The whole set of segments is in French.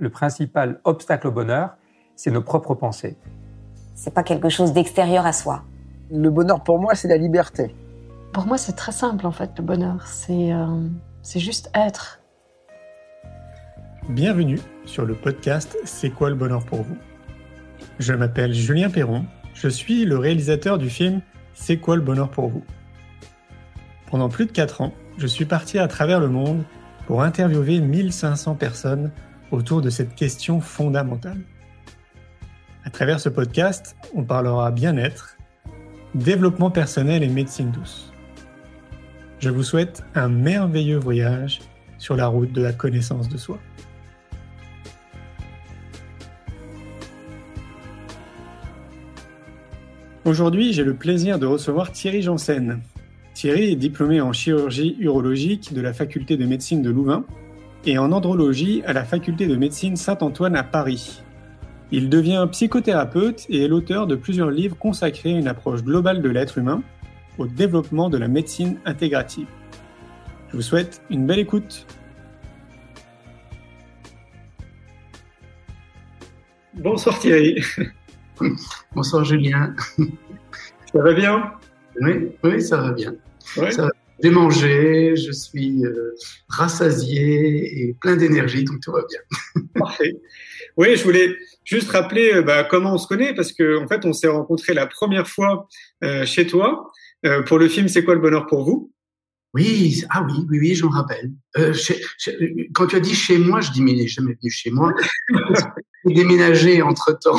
le principal obstacle au bonheur, c'est nos propres pensées. C'est pas quelque chose d'extérieur à soi. Le bonheur pour moi, c'est la liberté. Pour moi, c'est très simple en fait, le bonheur. C'est juste être. Bienvenue sur le podcast C'est quoi le bonheur pour vous ? Je m'appelle Julien Perron, je suis le réalisateur du film C'est quoi le bonheur pour vous ? Pendant plus de 4 ans, je suis parti à travers le monde pour interviewer 1500 personnes autour de cette question fondamentale. À travers ce podcast, on parlera bien-être, développement personnel et médecine douce. Je vous souhaite un merveilleux voyage sur la route de la connaissance de soi. Aujourd'hui, j'ai le plaisir de recevoir Thierry Janssen. Thierry est diplômé en chirurgie urologique de la faculté de médecine de Louvain et en andrologie à la faculté de médecine Saint-Antoine à Paris. Il devient psychothérapeute et est l'auteur de plusieurs livres consacrés à une approche globale de l'être humain, au développement de la médecine intégrative. Je vous souhaite une belle écoute. Bonsoir Thierry. Bonsoir Julien. Ça va bien ? Oui, ça va bien. Ouais. Ça va. J'ai mangé, je suis rassasié et plein d'énergie, donc tout va bien. Parfait. Oui, je voulais juste rappeler comment on se connaît, parce que en fait, on s'est rencontrés la première fois chez toi pour le film C'est quoi le bonheur pour vous ? Oui, oui, j'en rappelle. Quand tu as dit chez moi, je dis mais il n'est jamais venu chez moi. J'ai déménagé entre-temps.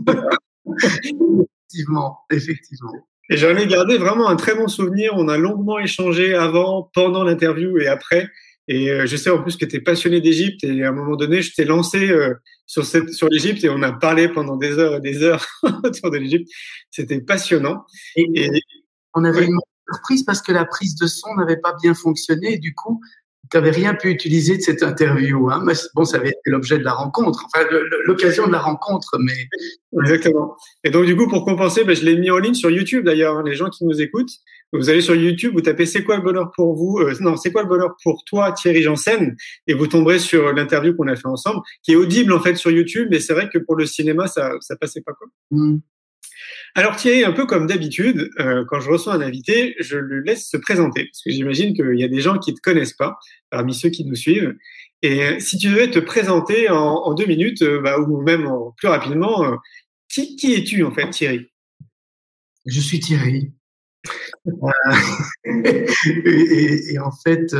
Effectivement. Et j'en ai gardé vraiment un très bon souvenir. On a longuement échangé avant, pendant l'interview et après. Et je sais en plus que tu es passionné d'Égypte. Et à un moment donné, je t'ai lancé sur l'Égypte et on a parlé pendant des heures et des heures autour de l'Égypte. C'était passionnant. Et on avait une surprise parce que la prise de son n'avait pas bien fonctionné. Et du coup, tu n'avais rien pu utiliser de cette interview. Hein. Mais bon, ça avait été l'objet de la rencontre, enfin l'occasion de la rencontre. Mais exactement. Et donc du coup, pour compenser, je l'ai mis en ligne sur YouTube d'ailleurs. Hein, les gens qui nous écoutent, vous allez sur YouTube, vous tapez C'est quoi le bonheur pour vous C'est quoi le bonheur pour toi, Thierry Janssen, et vous tomberez sur l'interview qu'on a fait ensemble, qui est audible en fait sur YouTube. Mais c'est vrai que pour le cinéma, ça passait pas quoi. Alors Thierry, un peu comme d'habitude, quand je reçois un invité, je le laisse se présenter, parce que j'imagine qu'il y a des gens qui ne te connaissent pas, parmi ceux qui nous suivent. Et si tu devais te présenter en 2 minutes, ou même plus rapidement, qui es-tu en fait, Thierry ? Je suis Thierry. et en fait,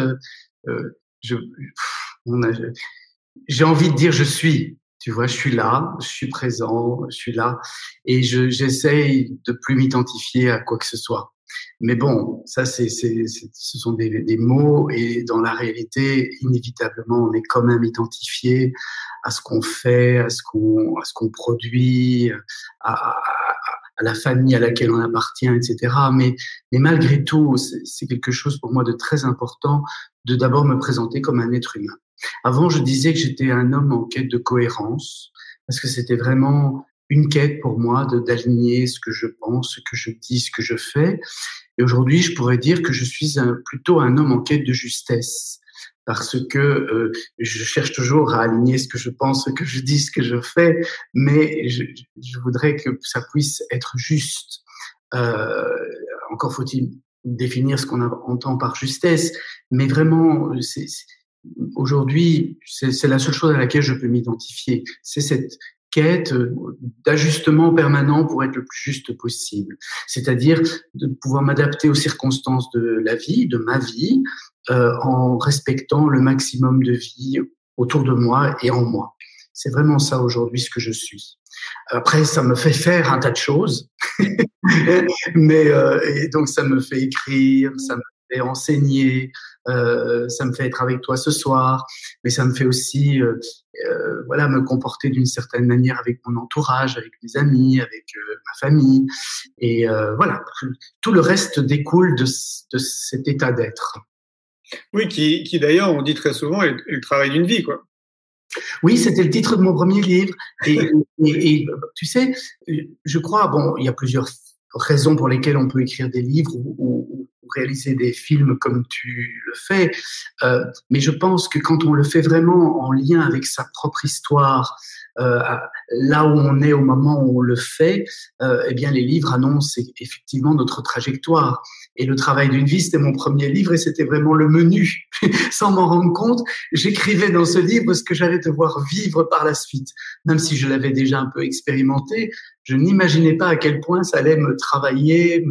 j'ai envie de dire je suis. Tu vois, je suis là, je suis présent, je suis là, et j'essaye de plus m'identifier à quoi que ce soit. Mais bon, ça, ce sont des mots, et dans la réalité, inévitablement, on est quand même identifié à ce qu'on fait, à ce qu'on produit, à la famille à laquelle on appartient, etc. Mais malgré tout, c'est quelque chose pour moi de très important de d'abord me présenter comme un être humain. Avant, je disais que j'étais un homme en quête de cohérence, parce que c'était vraiment une quête pour moi d'aligner ce que je pense, ce que je dis, ce que je fais. Et aujourd'hui, je pourrais dire que je suis plutôt un homme en quête de justesse, parce que je cherche toujours à aligner ce que je pense, ce que je dis, ce que je fais, mais je voudrais que ça puisse être juste. Encore faut-il définir ce qu'on entend par justesse, mais vraiment, aujourd'hui, c'est la seule chose à laquelle je peux m'identifier. C'est cette quête d'ajustement permanent pour être le plus juste possible. C'est-à-dire de pouvoir m'adapter aux circonstances de la vie, de ma vie, en respectant le maximum de vie autour de moi et en moi. C'est vraiment ça aujourd'hui ce que je suis. Après, ça me fait faire un tas de choses, mais et donc ça me fait écrire, ça me fait enseigner, ça me fait être avec toi ce soir, mais ça me fait aussi me comporter d'une certaine manière avec mon entourage, avec mes amis, avec ma famille, et tout le reste découle de cet état d'être. Oui, qui d'ailleurs, on dit très souvent, est le travail d'une vie, quoi. Oui, c'était le titre de mon premier livre. Et tu sais, je crois, il y a plusieurs raisons pour lesquelles on peut écrire des livres ou réaliser des films comme tu le fais. Mais je pense que quand on le fait vraiment en lien avec sa propre histoire, là où on est au moment où on le fait, eh bien les livres annoncent effectivement notre trajectoire. Et le travail d'une vie, c'était mon premier livre et c'était vraiment le menu. Sans m'en rendre compte, j'écrivais dans ce livre ce que j'allais devoir vivre par la suite. Même si je l'avais déjà un peu expérimenté, je n'imaginais pas à quel point ça allait me travailler,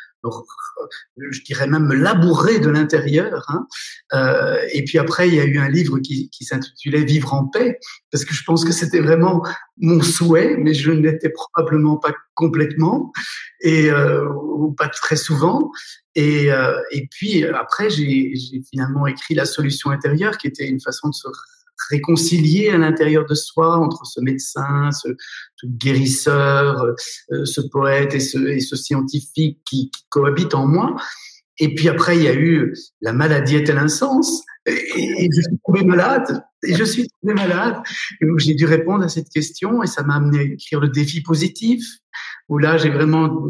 je dirais même me labourer de l'intérieur. Et puis après, il y a eu un livre qui s'intitulait Vivre en paix, parce que je pense que c'était vraiment mon souhait, mais je ne l'étais probablement pas complètement, ou pas très souvent. Et puis après, j'ai finalement écrit La solution intérieure, qui était une façon de se réconcilier à l'intérieur de soi entre ce médecin, ce guérisseur, ce poète et ce scientifique qui cohabitent en moi. Et puis après, il y a eu La maladie est-elle un sens ? Et je suis tombé malade. Et donc, j'ai dû répondre à cette question et ça m'a amené à écrire Le défi positif, où là, j'ai vraiment,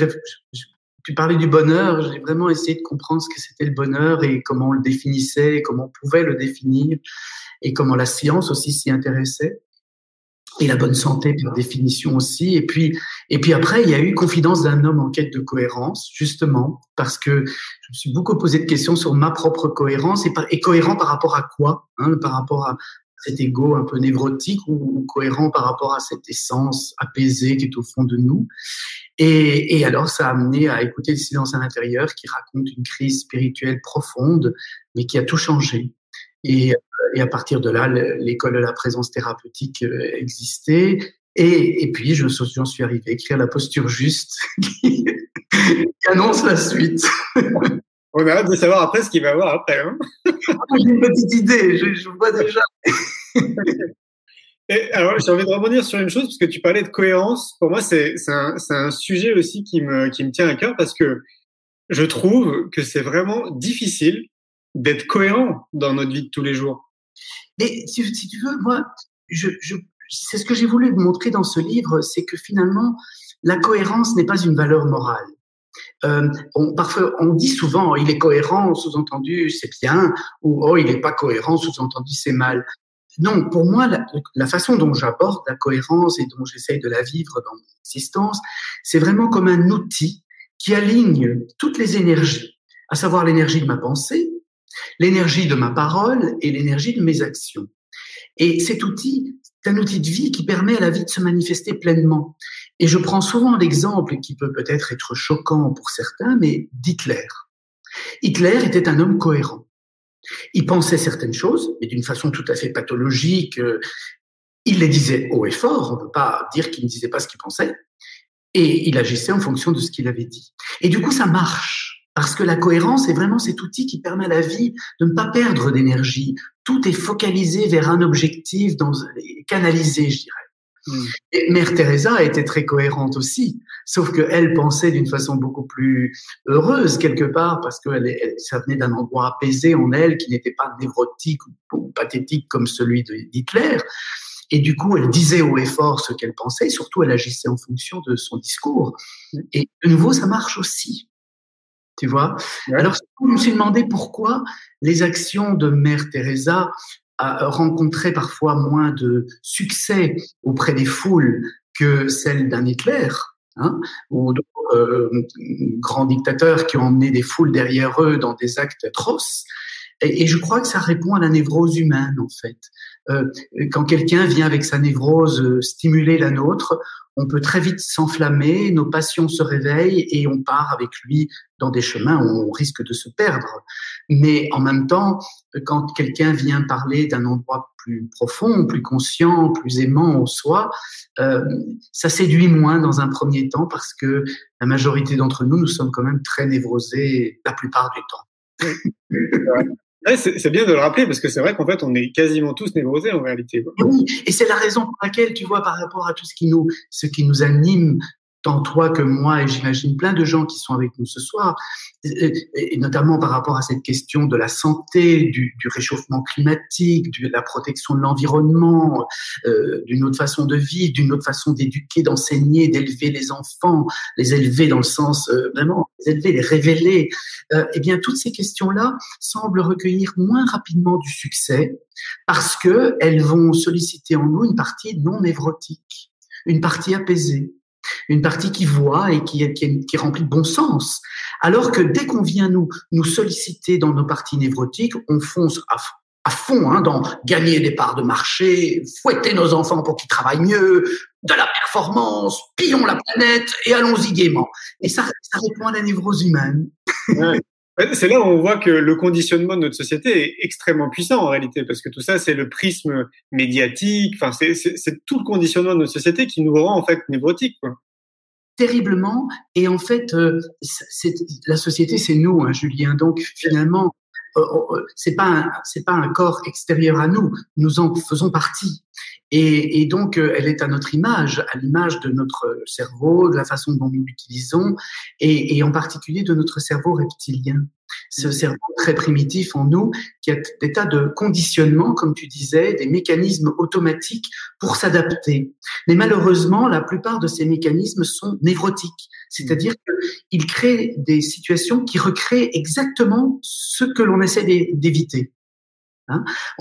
tu parlais du bonheur, j'ai vraiment essayé de comprendre ce que c'était le bonheur et comment on le définissait, comment on pouvait le définir et comment la science aussi s'y intéressait. Et la bonne santé par définition aussi. Et puis après, il y a eu Confidence d'un homme en quête de cohérence, justement, parce que je me suis beaucoup posé de questions sur ma propre cohérence et cohérent par rapport à quoi, par rapport à cet ego un peu névrotique ou cohérent par rapport à cette essence apaisée qui est au fond de nous. Et alors, ça a amené à écouter Le silence à l'intérieur qui raconte une crise spirituelle profonde, mais qui a tout changé. Et à partir de là, l'école de la présence thérapeutique existait. Et puis, j'en suis arrivé à écrire La posture juste, qui annonce la suite. On a hâte de savoir après ce qu'il va y avoir après. J'ai une petite idée, je vois déjà. Et alors, j'ai envie de rebondir sur une chose, parce que tu parlais de cohérence. Pour moi, c'est un sujet aussi qui me tient à cœur, parce que je trouve que c'est vraiment difficile d'être cohérent dans notre vie de tous les jours. Mais si tu veux, moi, c'est ce que j'ai voulu montrer dans ce livre, c'est que finalement, la cohérence n'est pas une valeur morale. Parfois, on dit souvent, il est cohérent, sous-entendu, c'est bien, ou il n'est pas cohérent, sous-entendu, c'est mal. Non, pour moi, la façon dont j'aborde la cohérence et dont j'essaye de la vivre dans mon existence, c'est vraiment comme un outil qui aligne toutes les énergies, à savoir l'énergie de ma pensée, l'énergie de ma parole et l'énergie de mes actions. Et cet outil, c'est un outil de vie qui permet à la vie de se manifester pleinement. Et je prends souvent l'exemple qui peut peut-être être choquant pour certains, mais d'Hitler. Hitler était un homme cohérent. Il pensait certaines choses, mais d'une façon tout à fait pathologique. Il les disait haut et fort, on ne peut pas dire qu'il ne disait pas ce qu'il pensait. Et il agissait en fonction de ce qu'il avait dit. Et du coup, ça marche. Parce que la cohérence est vraiment cet outil qui permet à la vie de ne pas perdre d'énergie. Tout est focalisé vers un objectif, canalisé, je dirais. Et Mère Teresa était très cohérente aussi, sauf qu'elle pensait d'une façon beaucoup plus heureuse quelque part, parce que ça venait d'un endroit apaisé en elle, qui n'était pas névrotique ou pathétique comme celui d'Hitler. Et du coup, elle disait haut et fort ce qu'elle pensait, et surtout elle agissait en fonction de son discours. Et de nouveau, ça marche aussi. Tu vois? Ouais. Alors, je me suis demandé pourquoi les actions de Mère Teresa rencontraient parfois moins de succès auprès des foules que celles d'un Hitler, ou d'autres grands dictateurs qui ont emmené des foules derrière eux dans des actes atroces. Et je crois que ça répond à la névrose humaine, en fait. Quand quelqu'un vient avec sa névrose stimuler la nôtre, on peut très vite s'enflammer, nos passions se réveillent et on part avec lui dans des chemins où on risque de se perdre. Mais en même temps, quand quelqu'un vient parler d'un endroit plus profond, plus conscient, plus aimant en soi, ça séduit moins dans un premier temps parce que la majorité d'entre nous, nous sommes quand même très névrosés la plupart du temps. Ouais, c'est bien de le rappeler parce que c'est vrai qu'en fait, on est quasiment tous névrosés en réalité. Oui, et c'est la raison pour laquelle, tu vois, par rapport à tout ce qui nous anime tant toi que moi, et j'imagine plein de gens qui sont avec nous ce soir, et notamment par rapport à cette question de la santé, du réchauffement climatique, de la protection de l'environnement, d'une autre façon de vivre, d'une autre façon d'éduquer, d'enseigner, d'élever les enfants, les élever dans le sens vraiment, les élever, les révéler. Eh bien, toutes ces questions-là semblent recueillir moins rapidement du succès parce que elles vont solliciter en nous une partie non névrotique, une partie apaisée, une partie qui voit et qui est remplie de bon sens. Alors que dès qu'on vient nous solliciter dans nos parties névrotiques, on fonce à fond dans gagner des parts de marché, fouetter nos enfants pour qu'ils travaillent mieux, de la performance, pillons la planète et allons-y gaiement. Et ça répond à la névrose humaine. Ouais. C'est là où on voit que le conditionnement de notre société est extrêmement puissant en réalité, parce que tout ça, c'est le prisme médiatique, enfin, c'est tout le conditionnement de notre société qui nous rend en fait névrotiques, quoi. Terriblement. Et en fait, la société, c'est nous, hein, Julien. Donc finalement, c'est pas un corps extérieur à nous. Nous en faisons partie. Et donc, elle est à notre image, à l'image de notre cerveau, de la façon dont nous l'utilisons, et en particulier de notre cerveau reptilien. Ce cerveau très primitif en nous, qui a des tas de conditionnements, comme tu disais, des mécanismes automatiques pour s'adapter. Mais malheureusement, la plupart de ces mécanismes sont névrotiques. C'est-à-dire qu'ils créent des situations qui recréent exactement ce que l'on essaie d'éviter. Hein?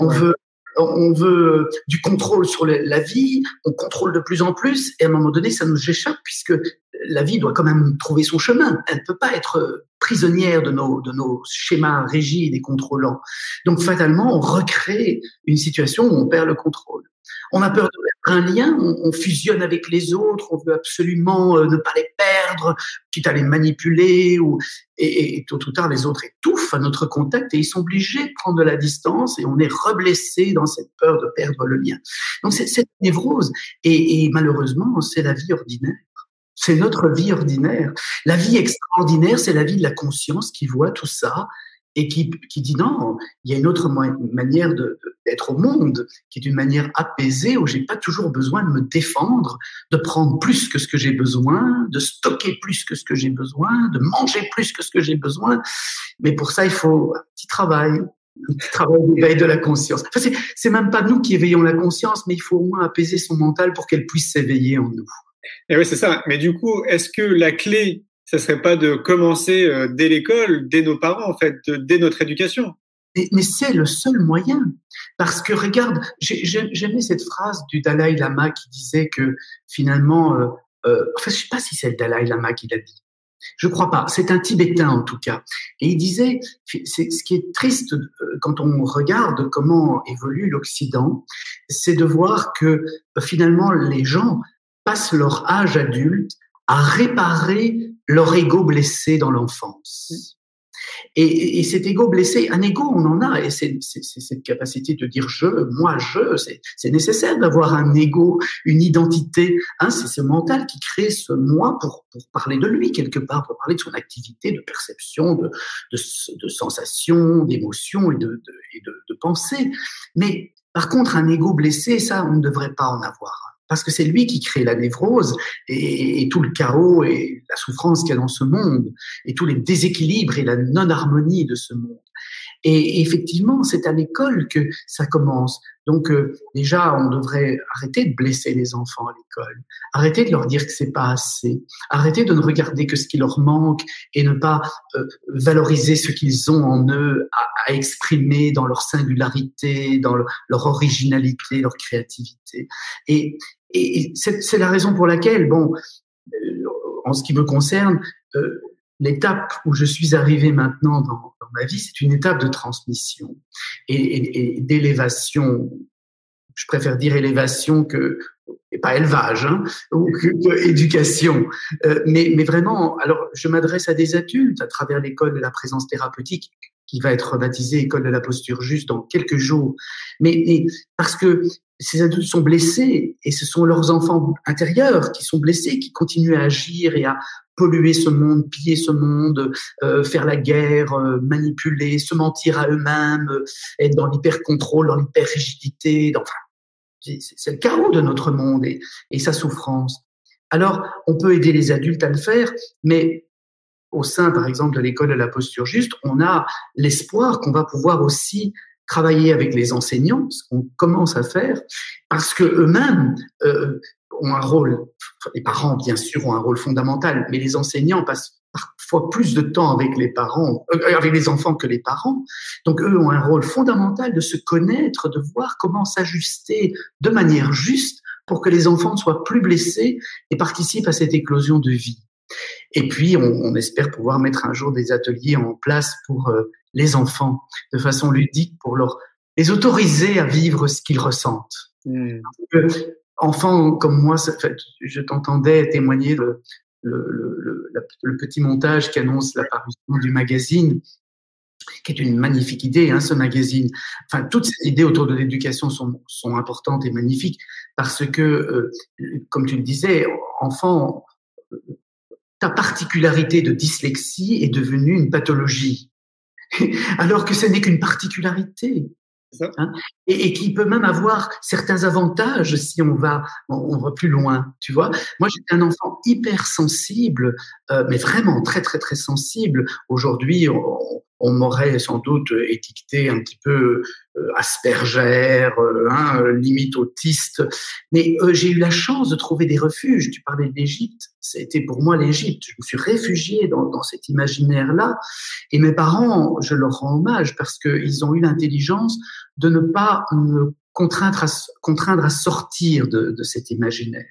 On veut du contrôle sur la vie, on contrôle de plus en plus, et à un moment donné, ça nous échappe puisque la vie doit quand même trouver son chemin. Elle ne peut pas être prisonnière de nos schémas rigides et contrôlants. Donc, fatalement, on recrée une situation où on perd le contrôle. On a peur de perdre un lien, on fusionne avec les autres, on veut absolument ne pas les perdre, quitte à les manipuler, et tôt ou tard, les autres étouffent à notre contact et ils sont obligés de prendre de la distance et on est reblessé dans cette peur de perdre le lien. Donc, c'est cette névrose. Et malheureusement, c'est la vie ordinaire. C'est notre vie ordinaire. La vie extraordinaire, c'est la vie de la conscience qui voit tout ça et qui dit non, il y a une autre manière d'être au monde, qui est une manière apaisée où j'ai pas toujours besoin de me défendre, de prendre plus que ce que j'ai besoin, de stocker plus que ce que j'ai besoin, de manger plus que ce que j'ai besoin. Mais pour ça, il faut un petit travail d'éveil de la conscience. Enfin, c'est même pas nous qui éveillons la conscience, mais il faut au moins apaiser son mental pour qu'elle puisse s'éveiller en nous. Et oui, c'est ça. Mais du coup, est-ce que la clé, ça serait pas de commencer dès l'école, dès nos parents, en fait, dès notre éducation? Mais c'est le seul moyen. Parce que regarde, j'aimais cette phrase du Dalai Lama qui disait que finalement, enfin, je sais pas si c'est le Dalai Lama qui l'a dit. Je crois pas. C'est un Tibétain en tout cas. Et il disait, c'est ce qui est triste quand on regarde comment évolue l'Occident, c'est de voir que finalement les gens passent leur âge adulte à réparer leur ego blessé dans l'enfance. Et cet ego blessé, un ego, on en a, et c'est cette capacité de dire c'est nécessaire d'avoir un ego, une identité, hein, c'est ce mental qui crée ce moi pour parler de lui quelque part, pour parler de son activité, de perception, de sensation, d'émotion et de pensée. Mais par contre, un ego blessé, ça, on ne devrait pas en avoir. Parce que c'est lui qui crée la névrose et tout le chaos et la souffrance qu'il y a dans ce monde et tous les déséquilibres et la non-harmonie de ce monde. Et effectivement, c'est à l'école que ça commence. Donc déjà, on devrait arrêter de blesser les enfants à l'école, arrêter de leur dire que c'est pas assez, arrêter de ne regarder que ce qui leur manque et ne pas valoriser ce qu'ils ont en eux à exprimer dans leur singularité, dans leur originalité, leur créativité. Et c'est la raison pour laquelle, en ce qui me concerne, l'étape où je suis arrivé maintenant dans ma vie, c'est une étape de transmission et d'élévation. Je préfère dire élévation et pas élevage, hein, ou que éducation. Mais vraiment, alors je m'adresse à des adultes à travers l'école de la présence thérapeutique qui va être rebaptisée école de la posture juste dans quelques jours. Mais parce que ces adultes sont blessés et ce sont leurs enfants intérieurs qui sont blessés, qui continuent à agir et à polluer ce monde, piller ce monde, faire la guerre, manipuler, se mentir à eux-mêmes, être dans l'hyper-contrôle, dans l'hyper-rigidité. Enfin, c'est le chaos de notre monde et sa souffrance. Alors, on peut aider les adultes à le faire, mais au sein, par exemple, de l'école de la posture juste, on a l'espoir qu'on va pouvoir aussi travailler avec les enseignants, ce qu'on commence à faire, parce que eux-mêmes ont un rôle, les parents, bien sûr, ont un rôle fondamental, mais les enseignants passent parfois plus de temps avec les parents, avec les enfants que les parents. Donc, eux ont un rôle fondamental de se connaître, de voir comment s'ajuster de manière juste pour que les enfants ne soient plus blessés et participent à cette éclosion de vie. Et puis, on espère pouvoir mettre un jour des ateliers en place pour les enfants, de façon ludique, pour les autoriser à vivre ce qu'ils ressentent. Enfants comme moi, je t'entendais témoigner le petit montage qui annonce l'apparition du magazine, qui est une magnifique idée, ce magazine. Enfin, toutes ces idées autour de l'éducation sont importantes et magnifiques parce que, comme tu le disais, enfant, ta particularité de dyslexie est devenue une pathologie, alors que ce n'est qu'une particularité. Et qui peut même avoir certains avantages si on va plus loin, tu vois. Moi, j'étais un enfant hyper sensible, mais vraiment très, très, très sensible. Aujourd'hui, on m'aurait sans doute étiqueté un petit peu Asperger, limite autiste. Mais j'ai eu la chance de trouver des refuges. Tu parlais de l'Égypte. C'était pour moi l'Égypte. Je me suis réfugié dans cet imaginaire-là. Et mes parents, je leur rends hommage parce qu'ils ont eu l'intelligence de ne pas me contraindre à sortir de cet imaginaire.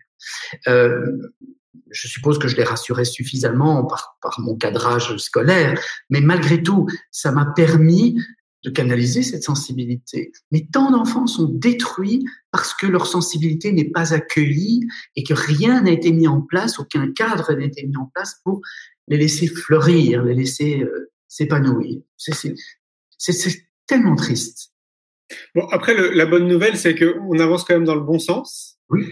Je suppose que je les rassurais suffisamment par mon cadrage scolaire, mais malgré tout, ça m'a permis de canaliser cette sensibilité. Mais tant d'enfants sont détruits parce que leur sensibilité n'est pas accueillie et que rien n'a été mis en place, aucun cadre n'a été mis en place pour les laisser fleurir, les laisser s'épanouir. C'est tellement triste. Bon, après, la bonne nouvelle, c'est qu'on avance quand même dans le bon sens. Oui.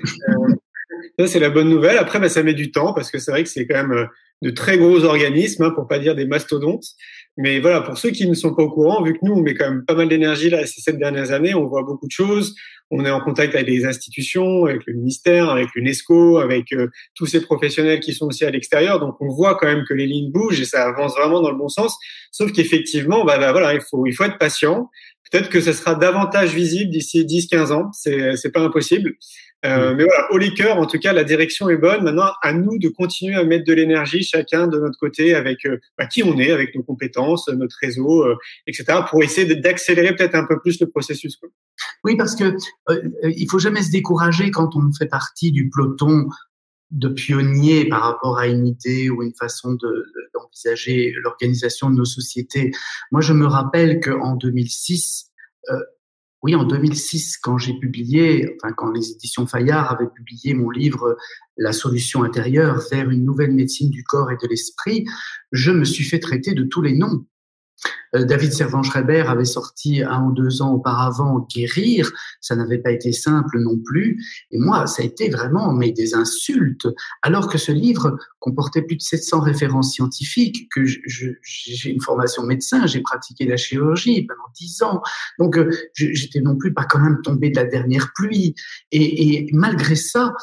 Ça, c'est la bonne nouvelle. Après, ça met du temps parce que c'est vrai que c'est quand même de très gros organismes, pour pas dire des mastodontes. Mais voilà, pour ceux qui ne sont pas au courant, vu que nous, on met quand même pas mal d'énergie là ces 7 dernières années, on voit beaucoup de choses. On est en contact avec les institutions, avec le ministère, avec l'UNESCO, avec tous ces professionnels qui sont aussi à l'extérieur. Donc, on voit quand même que les lignes bougent et ça avance vraiment dans le bon sens. Sauf qu'effectivement, voilà, il faut être patient. Peut-être que ça sera davantage visible d'ici 10-15 ans. C'est pas impossible. Mais voilà, haut les cœurs, en tout cas, la direction est bonne. Maintenant, à nous de continuer à mettre de l'énergie chacun de notre côté avec qui on est, avec nos compétences, notre réseau, etc., pour essayer d'accélérer peut-être un peu plus le processus. Oui, parce que il faut jamais se décourager quand on fait partie du peloton de pionniers par rapport à une idée ou une façon d'envisager l'organisation de nos sociétés. Moi, je me rappelle qu'en 2006, en 2006, quand les éditions Fayard avaient publié mon livre « La solution intérieure vers une nouvelle médecine du corps et de l'esprit », je me suis fait traiter de tous les noms. David Servan-Schreiber avait sorti 1 ou 2 ans auparavant Guérir, ça n'avait pas été simple non plus, et moi ça a été vraiment des insultes, alors que ce livre comportait plus de 700 références scientifiques, que j'ai une formation médecin, j'ai pratiqué la chirurgie pendant 10 ans, donc j'étais non plus pas quand même tombé de la dernière pluie, et malgré ça,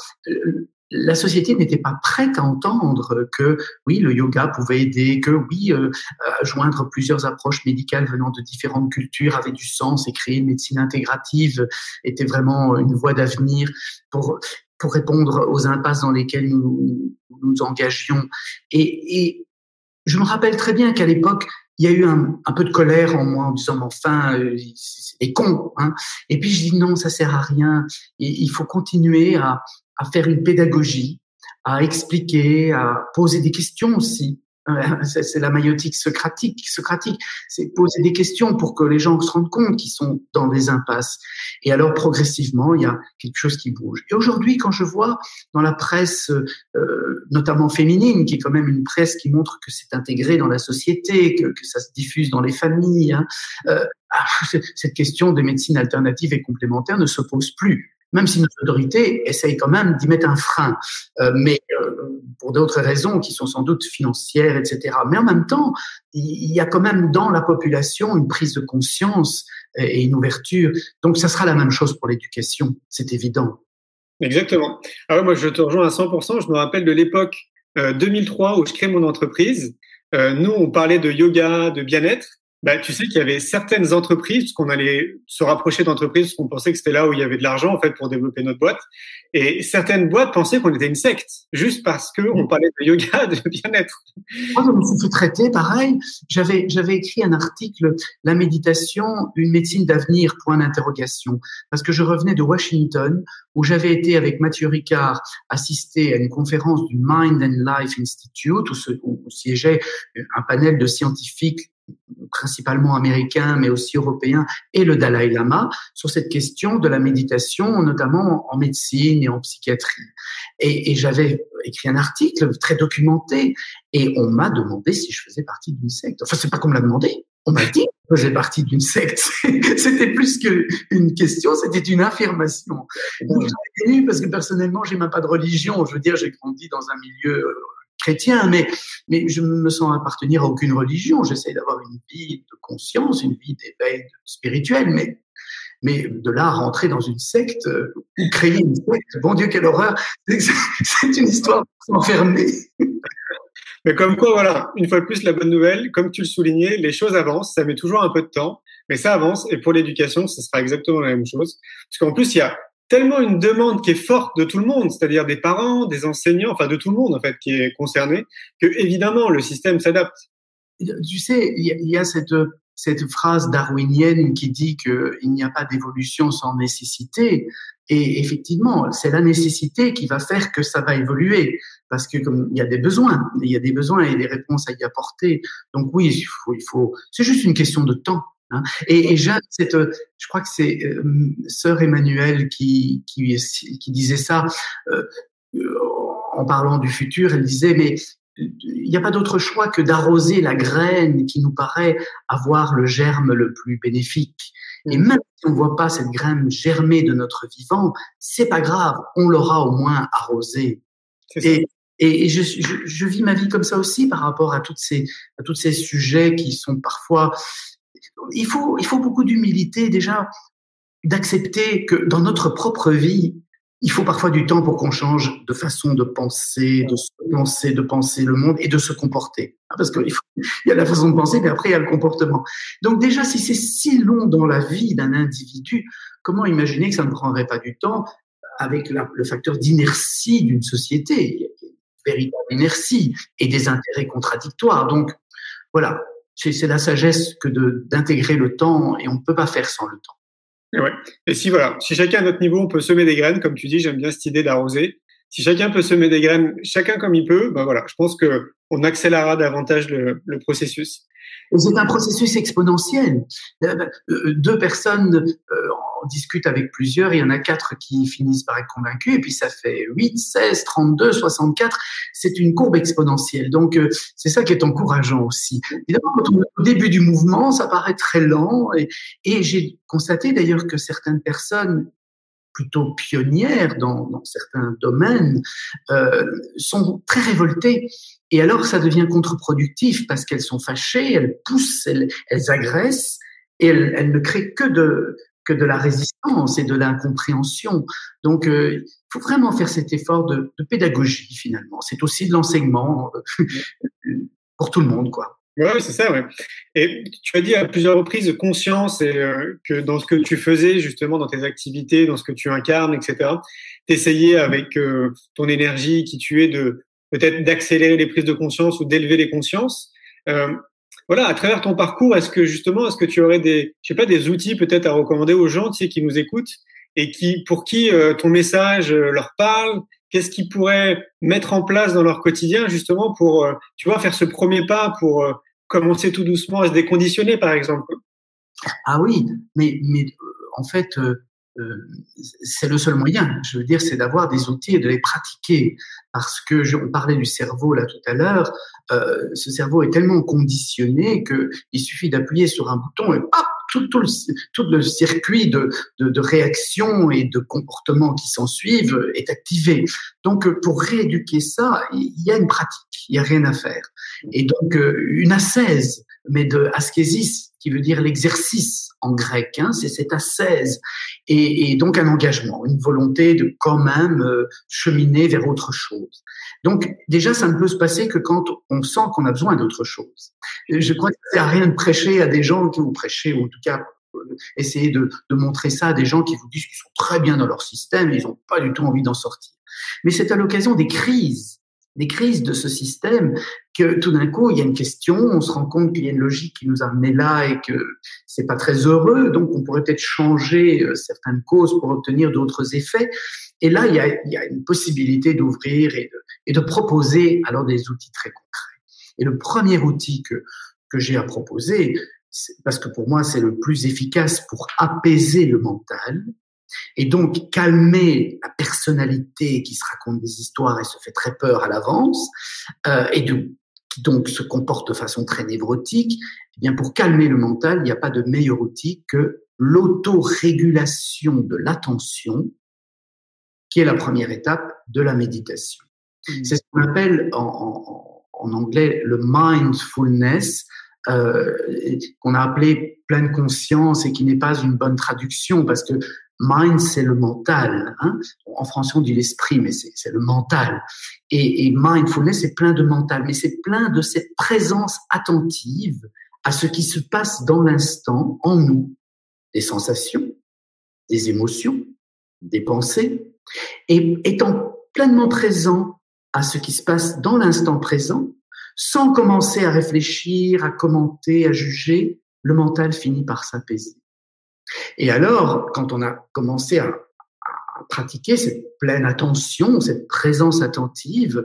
la société n'était pas prête à entendre que oui, le yoga pouvait aider, que oui, joindre plusieurs approches médicales venant de différentes cultures avait du sens et créer une médecine intégrative était vraiment une voie d'avenir pour répondre aux impasses dans lesquelles nous engagions. Et je me rappelle très bien qu'à l'époque, il y a eu un peu de colère en moi en disant mais enfin c'est des cons, Et puis je dis non, ça sert à rien. Et il faut continuer à faire une pédagogie, à expliquer, à poser des questions aussi. C'est la maïotique socratique. C'est poser des questions pour que les gens se rendent compte qu'ils sont dans des impasses. Et alors, progressivement, il y a quelque chose qui bouge. Et aujourd'hui, quand je vois dans la presse, notamment féminine, qui est quand même une presse qui montre que c'est intégré dans la société, que ça se diffuse dans les familles, cette question des médecines alternatives et complémentaires ne se pose plus. Même si nos autorités essayent quand même d'y mettre un frein, mais pour d'autres raisons qui sont sans doute financières, etc. Mais en même temps, il y a quand même dans la population une prise de conscience et une ouverture. Donc, ça sera la même chose pour l'éducation, c'est évident. Exactement. Alors moi, je te rejoins à 100%. Je me rappelle de l'époque 2003 où je crée mon entreprise. Nous, on parlait de yoga, de bien-être. Bah, tu sais qu'il y avait certaines entreprises, parce qu'on allait se rapprocher d'entreprises, parce qu'on pensait que c'était là où il y avait de l'argent en fait pour développer notre boîte. Et certaines boîtes pensaient qu'on était une secte, juste parce que on parlait de yoga, de bien-être. Moi, je me suis fait traiter pareil. J'avais écrit un article, la méditation, une médecine d'avenir, point d'interrogation, parce que je revenais de Washington, où j'avais été avec Mathieu Ricard assister à une conférence du Mind and Life Institute, où siégeait un panel de scientifiques principalement américains, mais aussi européens, et le Dalai Lama, sur cette question de la méditation, notamment en médecine et en psychiatrie. Et j'avais écrit un article très documenté, et on m'a demandé si je faisais partie d'une secte. Enfin, c'est pas qu'on me l'a demandé, on m'a dit que je faisais partie d'une secte. C'était plus qu'une question, c'était une affirmation. Donc, j'étais ému parce que personnellement, j'ai même pas de religion. Je veux dire, j'ai grandi dans un milieu chrétien, mais je me sens appartenir à aucune religion. J'essaie d'avoir une vie de conscience, une vie d'éveil spirituel, mais de là à rentrer dans une secte ou créer une secte, bon Dieu, quelle horreur. C'est une histoire enfermée. Mais comme quoi, voilà, une fois de plus, la bonne nouvelle, comme tu le soulignais, les choses avancent, ça met toujours un peu de temps, mais ça avance, et pour l'éducation, ce sera exactement la même chose. Parce qu'en plus, il y a tellement une demande qui est forte de tout le monde, c'est-à-dire des parents, des enseignants, enfin de tout le monde en fait qui est concerné, que évidemment le système s'adapte. Tu sais, il y a cette phrase darwinienne qui dit qu'il n'y a pas d'évolution sans nécessité. Et effectivement, c'est la nécessité qui va faire que ça va évoluer, parce que comme il y a des besoins et des réponses à y apporter. Donc oui, il faut. C'est juste une question de temps. Hein. Et Jeanne, je crois que c'est sœur Emmanuelle qui disait ça en parlant du futur. Elle disait mais il n'y a pas d'autre choix que d'arroser la graine qui nous paraît avoir le germe le plus bénéfique. Et même si on ne voit pas cette graine germer de notre vivant, c'est pas grave, on l'aura au moins arrosée. Et je vis ma vie comme ça aussi par rapport à tous ces sujets qui sont parfois. Il faut beaucoup d'humilité déjà, d'accepter que dans notre propre vie, il faut parfois du temps pour qu'on change de façon de penser, de penser le monde et de se comporter. Parce qu'il y a la façon de penser, mais après il y a le comportement. Donc déjà, si c'est si long dans la vie d'un individu, comment imaginer que ça ne prendrait pas du temps avec le facteur d'inertie d'une société, une véritable inertie et des intérêts contradictoires. Donc voilà. C'est la sagesse que d'intégrer le temps, et on ne peut pas faire sans le temps. Ouais. Et si chacun à notre niveau, on peut semer des graines, comme tu dis, j'aime bien cette idée d'arroser. Si chacun peut semer des graines, chacun comme il peut, je pense que on accélérera davantage le processus. Et c'est un processus exponentiel. 2 personnes discutent avec plusieurs, il y en a 4 qui finissent par être convaincus, et puis ça fait 8, 16, 32, 64. C'est une courbe exponentielle. Donc, c'est ça qui est encourageant aussi. Évidemment, quand on est au début du mouvement, ça paraît très lent, et j'ai constaté d'ailleurs que certaines personnes plutôt pionnières dans certains domaines, sont très révoltées. Et alors, ça devient contre-productif parce qu'elles sont fâchées, elles poussent, elles agressent, et elles ne créent que de la résistance et de l'incompréhension. Donc, il faut vraiment faire cet effort de pédagogie, finalement. C'est aussi de l'enseignement pour tout le monde, quoi. Ouais, c'est ça, ouais. Et tu as dit à plusieurs reprises conscience et que dans ce que tu faisais, justement, dans tes activités, dans ce que tu incarnes, etc., t'essayais avec ton énergie qui tu es peut-être d'accélérer les prises de conscience ou d'élever les consciences. À travers ton parcours, est-ce que tu aurais des outils peut-être à recommander aux gens, qui nous écoutent et pour qui ton message leur parle? Qu'est-ce qu'ils pourraient mettre en place dans leur quotidien, justement, pour, faire ce premier pas pour commencer tout doucement à se déconditionner, par exemple? Ah oui, mais en fait, c'est le seul moyen. Je veux dire, c'est d'avoir des outils et de les pratiquer. Parce que on parlait du cerveau là tout à l'heure. Ce cerveau est tellement conditionné que il suffit d'appuyer sur un bouton et hop, tout le circuit de réaction et de comportement qui s'en suivent est activé. Donc, pour rééduquer ça, il y a une pratique, il y a rien à faire. Et donc, une ascèse, mais de ascésis, qui veut dire l'exercice en grec, hein, c'est cette ascèse, et donc un engagement, une volonté de quand même cheminer vers autre chose. Donc déjà, ça ne peut se passer que quand on sent qu'on a besoin d'autre chose. Je crois que ça sert à rien de prêcher à des gens qui vous prêchez, ou en tout cas essayer de montrer ça à des gens qui vous disent qu'ils sont très bien dans leur système, ils n'ont pas du tout envie d'en sortir. Mais c'est à l'occasion des crises de ce système que tout d'un coup il y a une question, on se rend compte qu'il y a une logique qui nous a amenés là et que c'est pas très heureux, donc on pourrait peut-être changer certaines causes pour obtenir d'autres effets. Et là il y a une possibilité d'ouvrir et de proposer alors des outils très concrets. Et le premier outil que j'ai à proposer, parce que pour moi c'est le plus efficace pour apaiser le mental, et donc calmer la personnalité qui se raconte des histoires et se fait très peur à l'avance, qui donc se comporte de façon très névrotique. Eh bien, pour calmer le mental, il n'y a pas de meilleur outil que l'autorégulation de l'attention, qui est la première étape de la méditation. C'est ce qu'on appelle en anglais le mindfulness, qu'on a appelé pleine conscience et qui n'est pas une bonne traduction parce que mind, c'est le mental, hein. En français, on dit l'esprit, mais c'est le mental. Et mindfulness, c'est plein de mental, mais c'est plein de cette présence attentive à ce qui se passe dans l'instant, en nous, des sensations, des émotions, des pensées, et étant pleinement présent à ce qui se passe dans l'instant présent, sans commencer à réfléchir, à commenter, à juger, le mental finit par s'apaiser. Et alors, quand on a commencé à pratiquer cette pleine attention, cette présence attentive,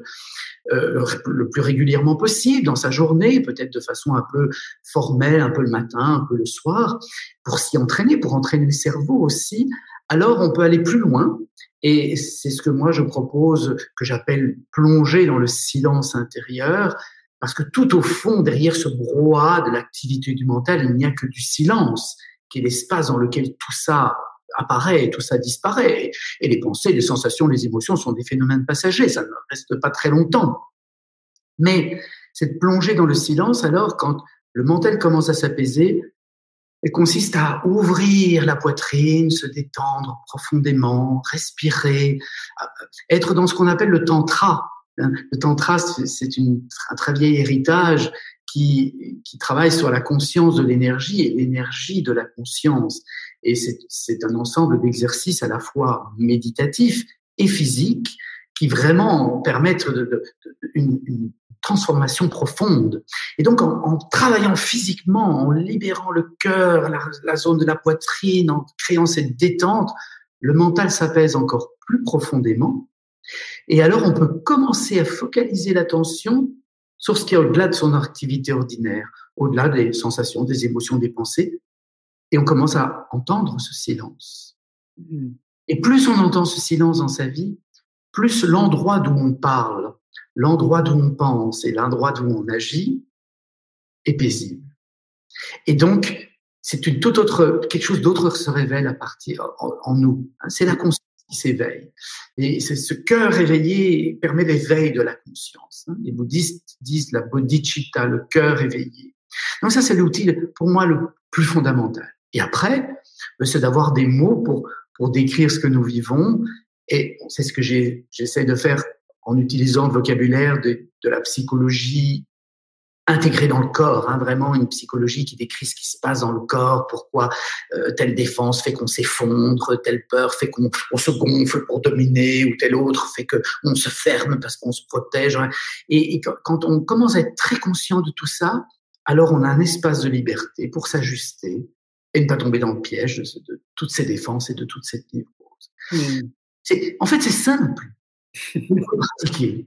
le plus régulièrement possible dans sa journée, peut-être de façon un peu formelle, un peu le matin, un peu le soir, pour s'y entraîner, pour entraîner le cerveau aussi, alors on peut aller plus loin. Et c'est ce que moi je propose, que j'appelle plonger dans le silence intérieur, parce que tout au fond, derrière ce brouhaha de l'activité du mental, il n'y a que du silence, qui est l'espace dans lequel tout ça apparaît, tout ça disparaît. Et les pensées, les sensations, les émotions sont des phénomènes passagers, ça ne reste pas très longtemps. Mais cette plongée dans le silence, alors, quand le mental commence à s'apaiser, elle consiste à ouvrir la poitrine, se détendre profondément, respirer, être dans ce qu'on appelle le tantra. Le tantra, c'est un très vieil héritage qui travaille sur la conscience de l'énergie et l'énergie de la conscience. Et c'est un ensemble d'exercices à la fois méditatifs et physiques qui vraiment permettent une transformation profonde. Et donc, en travaillant physiquement, en libérant le cœur, la zone de la poitrine, en créant cette détente, le mental s'apaise encore plus profondément. Et alors, on peut commencer à focaliser l'attention sur ce qui est au-delà de son activité ordinaire, au-delà des sensations, des émotions, des pensées. Et on commence à entendre ce silence. Et plus on entend ce silence dans sa vie, plus l'endroit d'où on parle, l'endroit d'où on pense et l'endroit d'où on agit est paisible. Et donc, c'est une toute autre, quelque chose d'autre se révèle à partir en nous. C'est la conscience qui s'éveille. Et c'est ce cœur éveillé permet l'éveil de la conscience. Les bouddhistes disent la bodhicitta, le cœur éveillé. Donc ça, c'est l'outil, pour moi, le plus fondamental. Et après, c'est d'avoir des mots pour décrire ce que nous vivons. Et c'est ce que j'essaie de faire en utilisant le vocabulaire de la psychologie intégrée dans le corps, vraiment une psychologie qui décrit ce qui se passe dans le corps, pourquoi telle défense fait qu'on s'effondre, telle peur fait qu'on se gonfle pour dominer, ou telle autre fait qu'on se ferme parce qu'on se protège. Et quand on commence à être très conscient de tout ça, alors on a un espace de liberté pour s'ajuster et ne pas tomber dans le piège de toutes ces défenses et de toute cette névrose. En fait, c'est simple. Il faut pratiquer.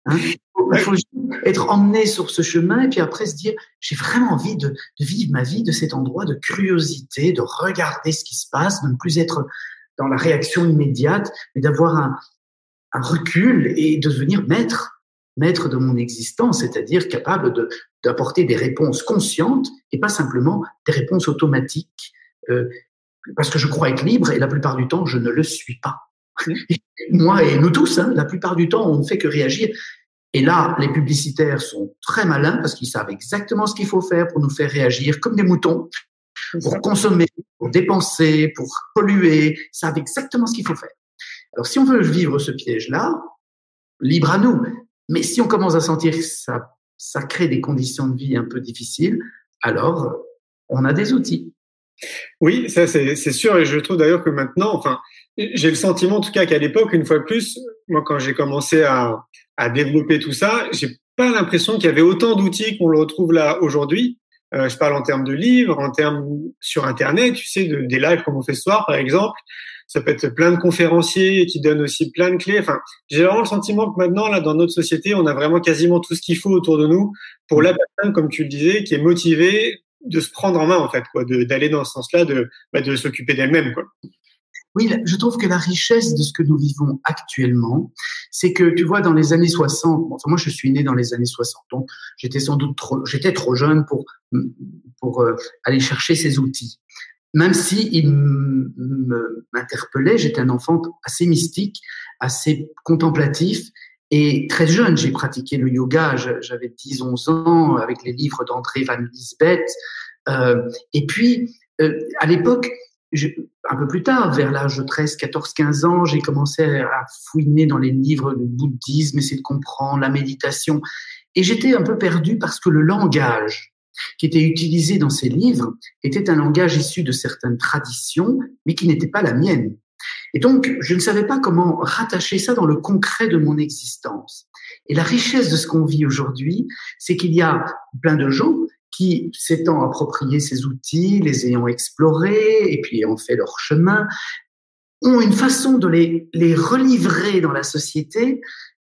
Il faut être emmené sur ce chemin et puis après se dire, j'ai vraiment envie de vivre ma vie de cet endroit de curiosité, de regarder ce qui se passe, de ne plus être dans la réaction immédiate, mais d'avoir un recul et de devenir maître de mon existence, c'est-à-dire capable d'apporter des réponses conscientes et pas simplement des réponses automatiques, parce que je crois être libre et la plupart du temps, je ne le suis pas. Moi et nous tous, la plupart du temps, on ne fait que réagir. Et là, les publicitaires sont très malins parce qu'ils savent exactement ce qu'il faut faire pour nous faire réagir comme des moutons, pour consommer, pour dépenser, pour polluer. Ils savent exactement ce qu'il faut faire. Alors, si on veut vivre ce piège-là, libre à nous. Mais si on commence à sentir que ça crée des conditions de vie un peu difficiles, alors on a des outils. Oui, ça c'est sûr, et je trouve d'ailleurs que maintenant, enfin, j'ai le sentiment en tout cas qu'à l'époque, une fois de plus, moi quand j'ai commencé à développer tout ça, j'ai pas l'impression qu'il y avait autant d'outils qu'on le retrouve là aujourd'hui. Je parle en termes de livres, en termes sur Internet, tu sais, des lives comme on fait ce soir par exemple. Ça peut être plein de conférenciers qui donnent aussi plein de clés. Enfin, j'ai vraiment le sentiment que maintenant, là, dans notre société, on a vraiment quasiment tout ce qu'il faut autour de nous pour la personne, comme tu le disais, qui est motivée de se prendre en main, en fait, quoi, d'aller dans ce sens-là, de s'occuper d'elle-même, quoi. Oui, je trouve que la richesse de ce que nous vivons actuellement, c'est que, tu vois, dans les années 60, enfin, moi, je suis né dans les années 60, donc j'étais sans doute j'étais trop jeune pour aller chercher ces outils. Même si il m'interpellait, j'étais un enfant assez mystique, assez contemplatif, et très jeune, j'ai pratiqué le yoga, j'avais 10-11 ans, avec les livres d'André Van Liesbeth, et puis, à l'époque, un peu plus tard, vers l'âge de 13, 14, 15 ans, j'ai commencé à fouiner dans les livres du bouddhisme, essayer de comprendre la méditation, et j'étais un peu perdu parce que le langage qui était utilisé dans ces livres était un langage issu de certaines traditions, mais qui n'était pas la mienne. Et donc, je ne savais pas comment rattacher ça dans le concret de mon existence. Et la richesse de ce qu'on vit aujourd'hui, c'est qu'il y a plein de gens qui, s'étant appropriés ces outils, les ayant explorés, et puis ayant fait leur chemin, ont une façon de les relivrer dans la société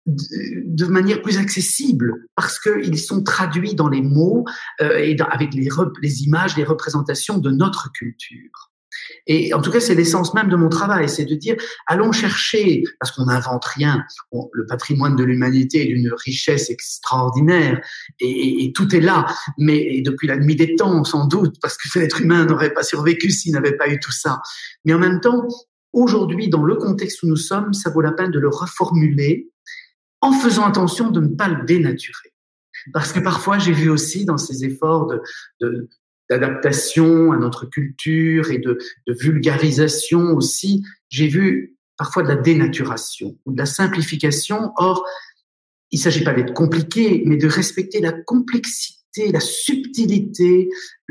de manière plus accessible, parce qu'ils sont traduits dans les mots et avec les images, les représentations de notre culture. Et en tout cas, c'est l'essence même de mon travail, c'est de dire, allons chercher, parce qu'on n'invente rien, le patrimoine de l'humanité est d'une richesse extraordinaire, et tout est là, mais depuis la nuit des temps, sans doute, parce que l'être humain n'aurait pas survécu s'il n'avait pas eu tout ça. Mais en même temps, aujourd'hui, dans le contexte où nous sommes, ça vaut la peine de le reformuler, en faisant attention de ne pas le dénaturer. Parce que parfois, j'ai vu aussi dans ces efforts d'adaptation à notre culture et de vulgarisation aussi, j'ai vu parfois de la dénaturation ou de la simplification. Or, il ne s'agit pas d'être compliqué, mais de respecter la complexité, la subtilité,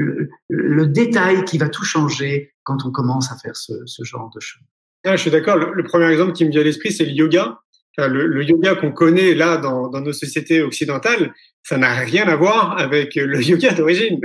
le détail qui va tout changer quand on commence à faire ce genre de choses. Ah, je suis d'accord. Le premier exemple qui me vient à l'esprit, c'est le yoga. Le yoga qu'on connaît là dans nos sociétés occidentales, ça n'a rien à voir avec le yoga d'origine.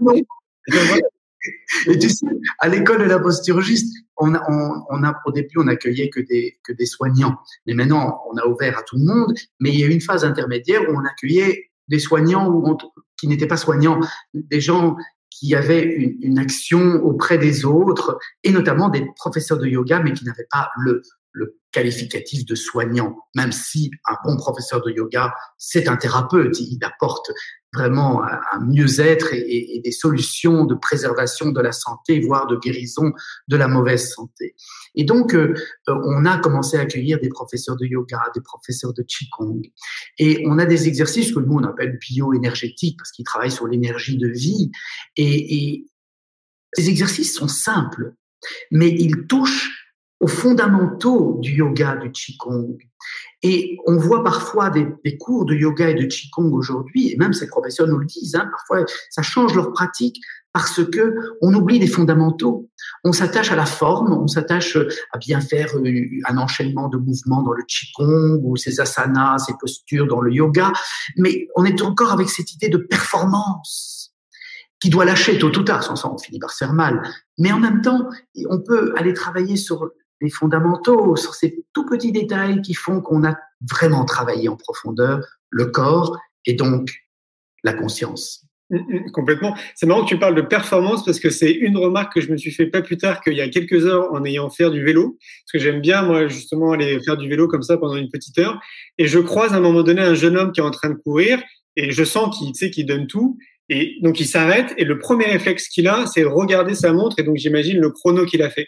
Et tu sais, à l'école de la posturgiste, au début, on n'accueillait que des soignants. Mais maintenant, on a ouvert à tout le monde. Mais il y a eu une phase intermédiaire où on accueillait des soignants qui n'étaient pas soignants, des gens qui avaient une action auprès des autres, et notamment des professeurs de yoga, mais qui n'avaient pas le qualificatif de soignant, même si un bon professeur de yoga, c'est un thérapeute, il apporte vraiment un mieux-être et des solutions de préservation de la santé, voire de guérison de la mauvaise santé. Et donc, on a commencé à accueillir des professeurs de yoga, des professeurs de Qigong, et on a des exercices que nous, on appelle bioénergétiques, parce qu'ils travaillent sur l'énergie de vie, et ces exercices sont simples, mais ils touchent aux fondamentaux du yoga, du Qigong. Et on voit parfois des cours de yoga et de Qigong aujourd'hui, et même ces professeurs nous le disent, parfois ça change leur pratique parce que on oublie les fondamentaux. On s'attache à la forme, on s'attache à bien faire un enchaînement de mouvements dans le Qigong ou ces asanas, ces postures dans le yoga, mais on est encore avec cette idée de performance qui doit lâcher tôt ou tard, sans ça on finit par se faire mal. Mais en même temps, on peut aller travailler sur les fondamentaux, sur ces tout petits détails qui font qu'on a vraiment travaillé en profondeur le corps et donc la conscience. Complètement. C'est marrant que tu parles de performance parce que c'est une remarque que je me suis fait pas plus tard qu'il y a quelques heures en ayant fait du vélo. Parce que j'aime bien, moi, justement, aller faire du vélo comme ça pendant une petite heure. Et je croise à un moment donné un jeune homme qui est en train de courir et je sens qu'il donne tout. Et donc, il s'arrête et le premier réflexe qu'il a, c'est regarder sa montre et donc j'imagine le chrono qu'il a fait.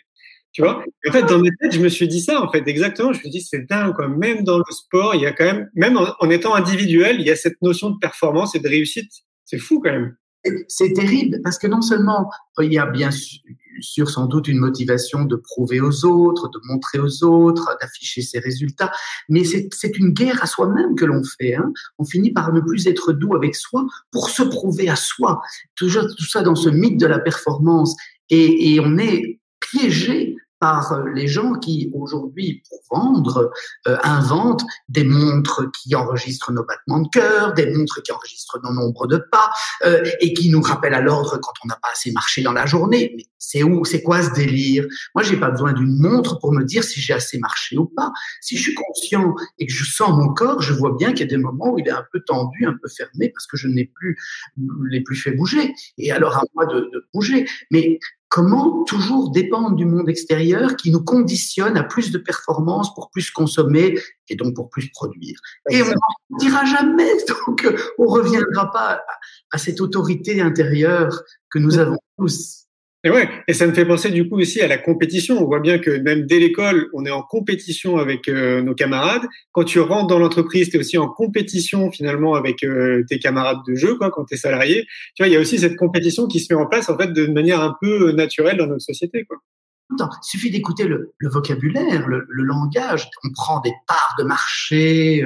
Tu vois? Et en fait, dans ma tête, je me suis dit ça, en fait, exactement. Je me suis dit, c'est dingue, quoi. Même dans le sport, il y a quand même, même en étant individuel, il y a cette notion de performance et de réussite. C'est fou, quand même. C'est terrible parce que non seulement il y a bien sûr sans doute une motivation de prouver aux autres, de montrer aux autres, d'afficher ses résultats, mais c'est une guerre à soi-même que l'on fait. Hein. On finit par ne plus être doux avec soi pour se prouver à soi. Toujours tout ça dans ce mythe de la performance et on est piégé par les gens qui, aujourd'hui, pour vendre, inventent des montres qui enregistrent nos battements de cœur, des montres qui enregistrent nos nombres de pas, et qui nous rappellent à l'ordre quand on n'a pas assez marché dans la journée. Mais c'est quoi ce délire? Moi, j'ai pas besoin d'une montre pour me dire si j'ai assez marché ou pas. Si je suis conscient et que je sens mon corps, je vois bien qu'il y a des moments où il est un peu tendu, un peu fermé, parce que je l'ai plus fait bouger. Et alors, à moi de bouger. Mais comment toujours dépendre du monde extérieur qui nous conditionne à plus de performance pour plus consommer et donc pour plus produire. Et on n'en dira jamais, donc on reviendra pas à cette autorité intérieure que nous avons tous. Et ouais, et ça me fait penser du coup aussi à la compétition. On voit bien que même dès l'école, on est en compétition avec nos camarades. Quand tu rentres dans l'entreprise, tu es aussi en compétition finalement avec tes camarades de jeu, quoi, quand tu es salarié. Tu vois, il y a aussi cette compétition qui se met en place en fait de manière un peu naturelle dans notre société, quoi. Il suffit d'écouter le vocabulaire, le langage. On prend des parts de marché,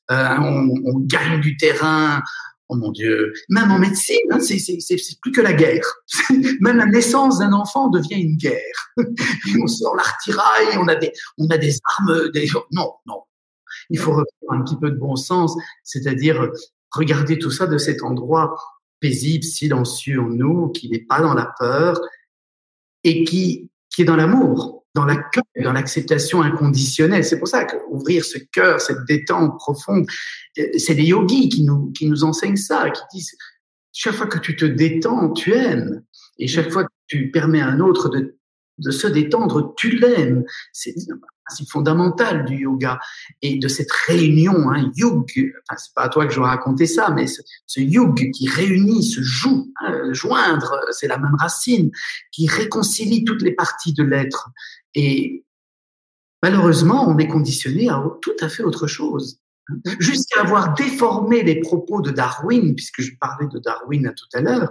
on gagne du terrain. Oh mon Dieu, même en médecine, hein, c'est plus que la guerre. Même la naissance d'un enfant devient une guerre. On sort l'artillerie, on a des armes, non. Il faut reprendre un petit peu de bon sens, c'est-à-dire regarder tout ça de cet endroit paisible, silencieux en nous, qui n'est pas dans la peur et qui est dans l'amour, dans l'accueil, dans l'acceptation inconditionnelle. C'est pour ça qu'ouvrir ce cœur, cette détente profonde, c'est les yogis qui nous enseignent ça, qui disent chaque fois que tu te détends, tu aimes, et chaque fois que tu permets à un autre de se détendre, tu l'aimes. C'est un principe fondamental du yoga et de cette réunion, hein, yug. Enfin, c'est pas à toi que je vais raconter ça, mais ce yug qui réunit, se joue, hein, joindre, c'est la même racine, qui réconcilie toutes les parties de l'être. Et malheureusement, on est conditionné à tout à fait autre chose. Jusqu'à avoir déformé les propos de Darwin, puisque je parlais de Darwin tout à l'heure,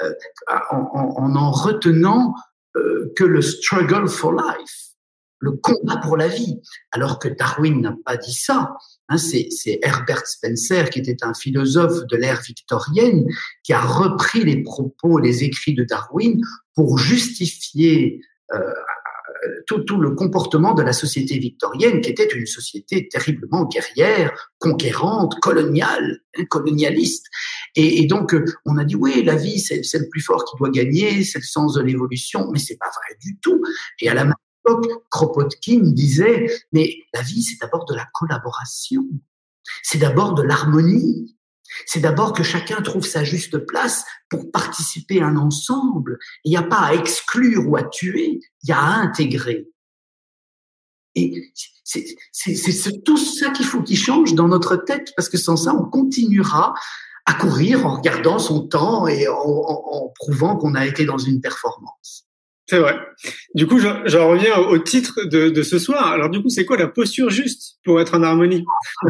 en retenant que le struggle for life, le combat pour la vie, alors que Darwin n'a pas dit ça. Hein, c'est Herbert Spencer, qui était un philosophe de l'ère victorienne, qui a repris les propos, les écrits de Darwin pour justifier tout le comportement de la société victorienne, qui était une société terriblement guerrière, conquérante, colonialiste. Et donc, on a dit, oui, la vie, c'est le plus fort qui doit gagner, c'est le sens de l'évolution, mais c'est pas vrai du tout. Et à la même époque, Kropotkin disait, mais la vie, c'est d'abord de la collaboration, c'est d'abord de l'harmonie, c'est d'abord que chacun trouve sa juste place pour participer à un ensemble. Il n'y a pas à exclure ou à tuer, il y a à intégrer. Et c'est tout ça qu'il faut qu'il change dans notre tête, parce que sans ça, on continuera à courir en regardant son temps et en prouvant qu'on a été dans une performance. C'est vrai. Du coup, j'en reviens au titre de ce soir. Alors du coup, c'est quoi la posture juste pour être en harmonie?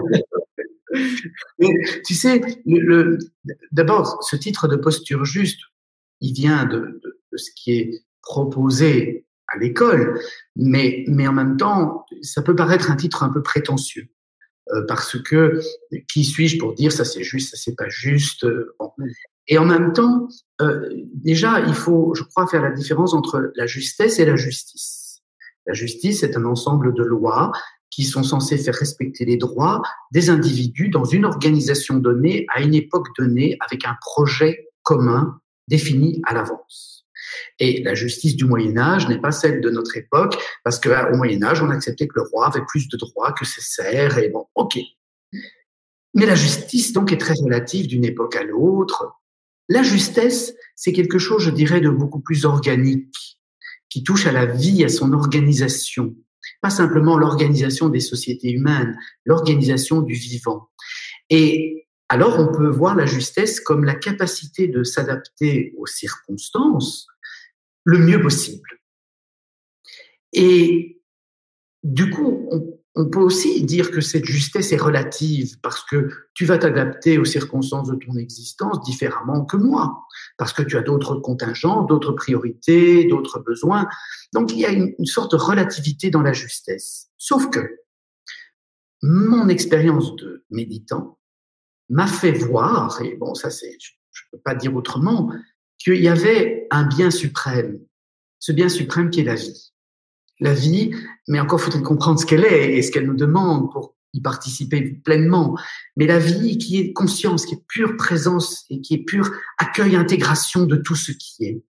Mais, tu sais, d'abord, ce titre de posture juste, il vient de ce qui est proposé à l'école, mais en même temps, ça peut paraître un titre un peu prétentieux, parce que qui suis-je pour dire ça c'est juste, ça c'est pas juste, bon. Et en même temps, déjà, il faut, je crois, faire la différence entre la justesse et la justice. La justice est un ensemble de lois qui sont censées faire respecter les droits des individus dans une organisation donnée, à une époque donnée, avec un projet commun défini à l'avance. Et la justice du Moyen-Âge n'est pas celle de notre époque, parce qu'au Moyen-Âge, on acceptait que le roi avait plus de droits que ses serfs, et bon, ok. Mais la justice, donc, est très relative d'une époque à l'autre. La justesse, c'est quelque chose, je dirais, de beaucoup plus organique, qui touche à la vie, à son organisation. Pas simplement l'organisation des sociétés humaines, l'organisation du vivant. Et alors, on peut voir la justesse comme la capacité de s'adapter aux circonstances le mieux possible. Et du coup, on peut aussi dire que cette justesse est relative parce que tu vas t'adapter aux circonstances de ton existence différemment que moi, parce que tu as d'autres contingents, d'autres priorités, d'autres besoins. Donc, il y a une sorte de relativité dans la justesse. Sauf que mon expérience de méditant m'a fait voir, et bon, ça c'est, je peux pas dire autrement, qu'il y avait un bien suprême, ce bien suprême qui est la vie. La vie, mais encore faut-il comprendre ce qu'elle est et ce qu'elle nous demande pour y participer pleinement. Mais la vie qui est conscience, qui est pure présence et qui est pure accueil, intégration de tout ce qui est.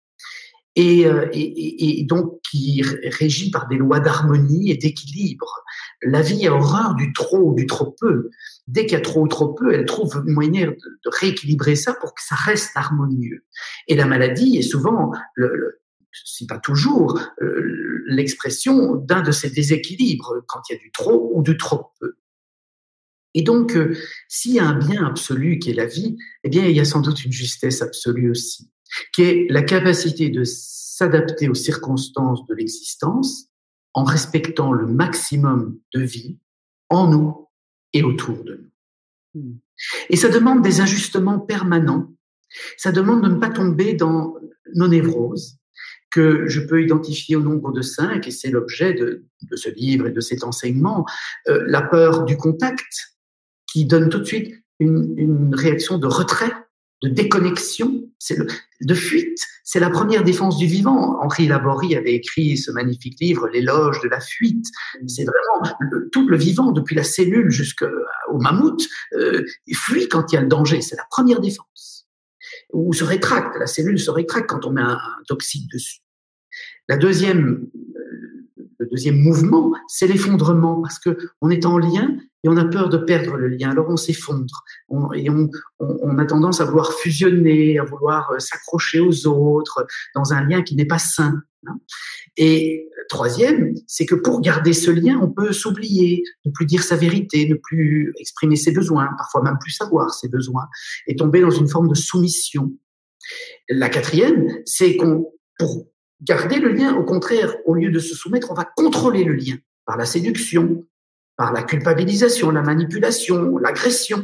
Et donc qui régit par des lois d'harmonie et d'équilibre. La vie a horreur du trop ou du trop peu. Dès qu'il y a trop ou trop peu, elle trouve une manière de rééquilibrer ça pour que ça reste harmonieux. Et la maladie est souvent, si pas toujours, l'expression d'un de ces déséquilibres, quand il y a du trop ou du trop peu. Et donc, s'il y a un bien absolu qui est la vie, eh bien, il y a sans doute une justesse absolue aussi, qui est la capacité de s'adapter aux circonstances de l'existence en respectant le maximum de vie en nous et autour de nous. Et ça demande des ajustements permanents. Ça demande de ne pas tomber dans nos névroses, que je peux identifier au nombre de 5, et c'est l'objet de ce livre et de cet enseignement, la peur du contact, qui donne tout de suite une réaction de retrait, de déconnexion, de fuite. C'est la première défense du vivant. Henri Laborie avait écrit ce magnifique livre, L'éloge de la fuite. C'est vraiment tout le vivant, depuis la cellule jusqu'au mammouth, fuit quand il y a le danger. C'est la première défense. Ou se rétracte, la cellule se rétracte quand on met un toxique dessus. Le deuxième mouvement, c'est l'effondrement, parce que on est en lien et on a peur de perdre le lien. Alors on s'effondre on a tendance à vouloir fusionner, à vouloir s'accrocher aux autres dans un lien qui n'est pas sain. Et troisième, c'est que pour garder ce lien, on peut s'oublier, ne plus dire sa vérité, ne plus exprimer ses besoins, parfois même plus savoir ses besoins, et tomber dans une forme de soumission. La quatrième, c'est pour garder le lien, au contraire, au lieu de se soumettre, on va contrôler le lien par la séduction, par la culpabilisation, la manipulation, l'agression.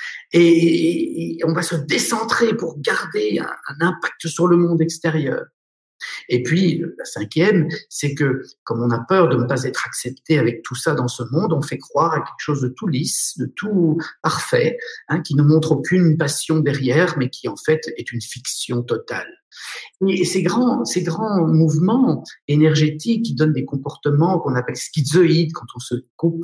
Et on va se décentrer pour garder un impact sur le monde extérieur. Et puis, la cinquième, c'est que, comme on a peur de ne pas être accepté avec tout ça dans ce monde, on fait croire à quelque chose de tout lisse, de tout parfait, qui ne montre aucune passion derrière, mais qui en fait est une fiction totale. Et ces grands mouvements énergétiques qui donnent des comportements qu'on appelle schizoïdes quand on se coupe,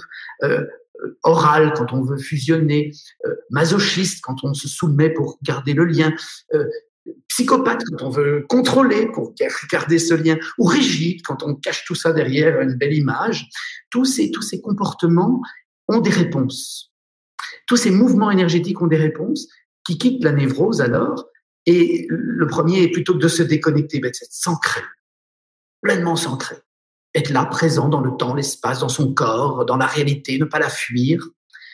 oral quand on veut fusionner, masochiste quand on se soumet pour garder le lien, psychopathe quand on veut contrôler pour garder ce lien, ou rigide quand on cache tout ça derrière une belle image. Tous ces comportements ont des réponses. Tous ces mouvements énergétiques ont des réponses qui quittent la névrose alors. Et le premier est plutôt que de se déconnecter, c'est d'être s'ancrer, pleinement s'ancrer, être là, présent dans le temps, l'espace, dans son corps, dans la réalité, ne pas la fuir.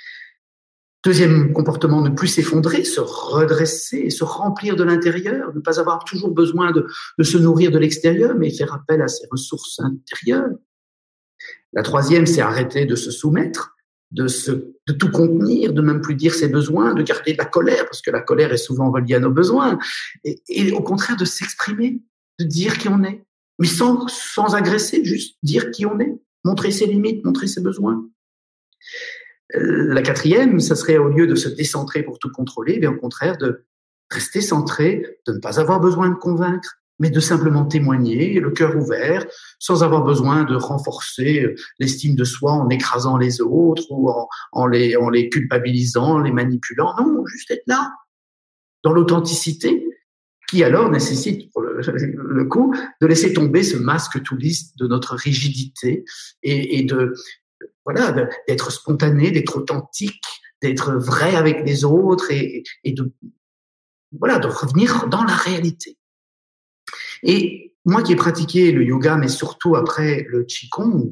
Deuxième comportement, ne plus s'effondrer, se redresser, se remplir de l'intérieur, ne pas avoir toujours besoin de se nourrir de l'extérieur, mais faire appel à ses ressources intérieures. La troisième, c'est arrêter de se soumettre, de tout contenir, de même plus dire ses besoins, de garder de la colère, parce que la colère est souvent reliée à nos besoins, et au contraire de s'exprimer, de dire qui on est, mais sans agresser, juste dire qui on est, montrer ses limites, montrer ses besoins. La quatrième, ça serait au lieu de se décentrer pour tout contrôler, mais au contraire de rester centré, de ne pas avoir besoin de convaincre, mais de simplement témoigner, le cœur ouvert, sans avoir besoin de renforcer l'estime de soi en écrasant les autres ou en les culpabilisant, les manipulant. Non, juste être là, dans l'authenticité, qui alors nécessite, pour le coup, de laisser tomber ce masque tout lisse de notre rigidité et d'être spontané, d'être authentique, d'être vrai avec les autres et de revenir dans la réalité. Et moi qui ai pratiqué le yoga, mais surtout après le Qigong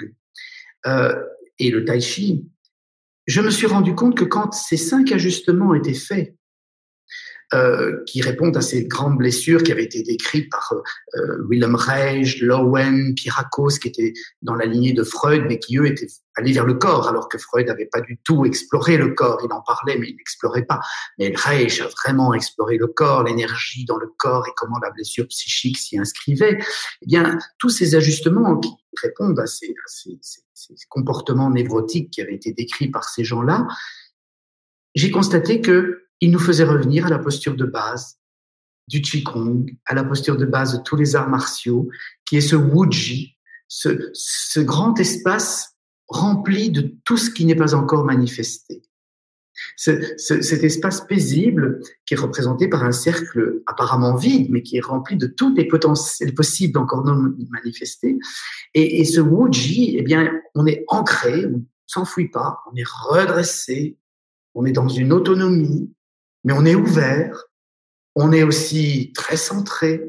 et le Tai Chi, je me suis rendu compte que quand ces 5 ajustements étaient faits, qui répondent à ces grandes blessures qui avaient été décrites par Wilhelm Reich, Lowen, Pierrakos, qui étaient dans la lignée de Freud, mais qui eux étaient allés vers le corps, alors que Freud n'avait pas du tout exploré le corps. Il en parlait, mais il n'explorait pas. Mais Reich a vraiment exploré le corps, l'énergie dans le corps et comment la blessure psychique s'y inscrivait. Eh bien, tous ces ajustements qui répondent à ces comportements névrotiques qui avaient été décrits par ces gens-là, j'ai constaté que il nous faisait revenir à la posture de base du Qigong, à la posture de base de tous les arts martiaux, qui est ce Wuji, ce grand espace rempli de tout ce qui n'est pas encore manifesté. Cet espace paisible qui est représenté par un cercle apparemment vide, mais qui est rempli de tous les potentiels possibles encore non manifestés. Et ce Wuji, eh bien, on est ancré, on ne s'enfuit pas, on est redressé, on est dans une autonomie, mais on est ouvert, on est aussi très centré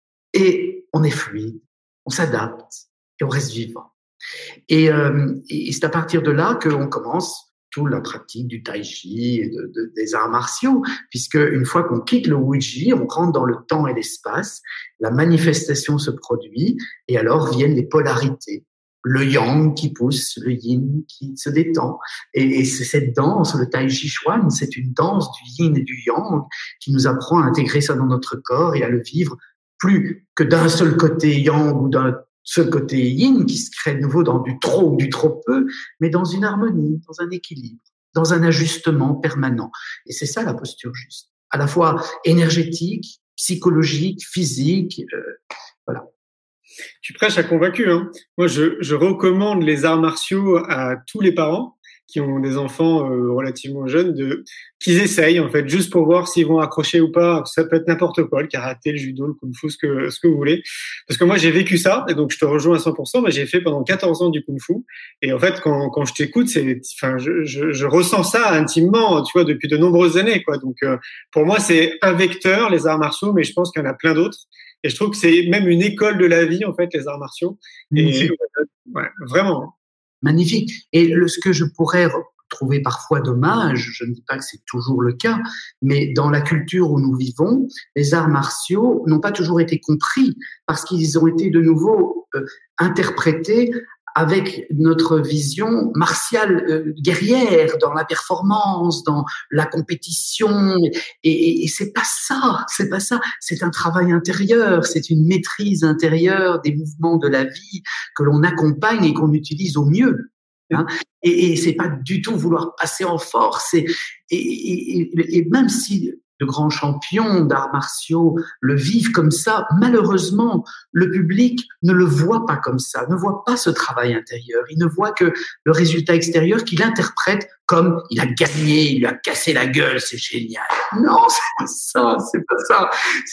et on est fluide, on s'adapte et on reste vivant. Et c'est à partir de là qu'on commence toute la pratique du tai chi et des arts martiaux, puisque une fois qu'on quitte le Wuji, on rentre dans le temps et l'espace, la manifestation se produit et alors viennent les polarités. Le yang qui pousse, le yin qui se détend. Et c'est cette danse, le tai chi chuan, c'est une danse du yin et du yang qui nous apprend à intégrer ça dans notre corps et à le vivre plus que d'un seul côté yang ou d'un seul côté yin qui se crée de nouveau dans du trop ou du trop peu, mais dans une harmonie, dans un équilibre, dans un ajustement permanent. Et c'est ça la posture juste. À la fois énergétique, psychologique, physique, voilà. Tu prêches à convaincu, hein. Moi, je recommande les arts martiaux à tous les parents qui ont des enfants relativement jeunes, qu'ils essayent en fait, juste pour voir s'ils vont accrocher ou pas. Ça peut être n'importe quoi, le karaté, le judo, le kung-fu, ce que vous voulez. Parce que moi, j'ai vécu ça, et donc je te rejoins à 100%. Mais j'ai fait pendant 14 ans du kung-fu, et en fait, quand je t'écoute, je ressens ça intimement, tu vois, depuis de nombreuses années, quoi. Donc, pour moi, c'est un vecteur, les arts martiaux, mais je pense qu'il y en a plein d'autres. Et je trouve que c'est même une école de la vie, en fait, les arts martiaux. Et ouais, vraiment. Magnifique. Et ce que je pourrais trouver parfois dommage, je ne dis pas que c'est toujours le cas, mais dans la culture où nous vivons, les arts martiaux n'ont pas toujours été compris parce qu'ils ont été de nouveau interprétés avec notre vision martiale guerrière, dans la performance, dans la compétition, et c'est pas ça, c'est un travail intérieur, c'est une maîtrise intérieure des mouvements de la vie que l'on accompagne et qu'on utilise au mieux. Hein, et c'est pas du tout vouloir passer en force, et même si de grands champions d'arts martiaux le vivent comme ça, malheureusement, le public ne le voit pas comme ça, ne voit pas ce travail intérieur. Il ne voit que le résultat extérieur qu'il interprète comme il a gagné, il lui a cassé la gueule, c'est génial. Non, c'est pas ça.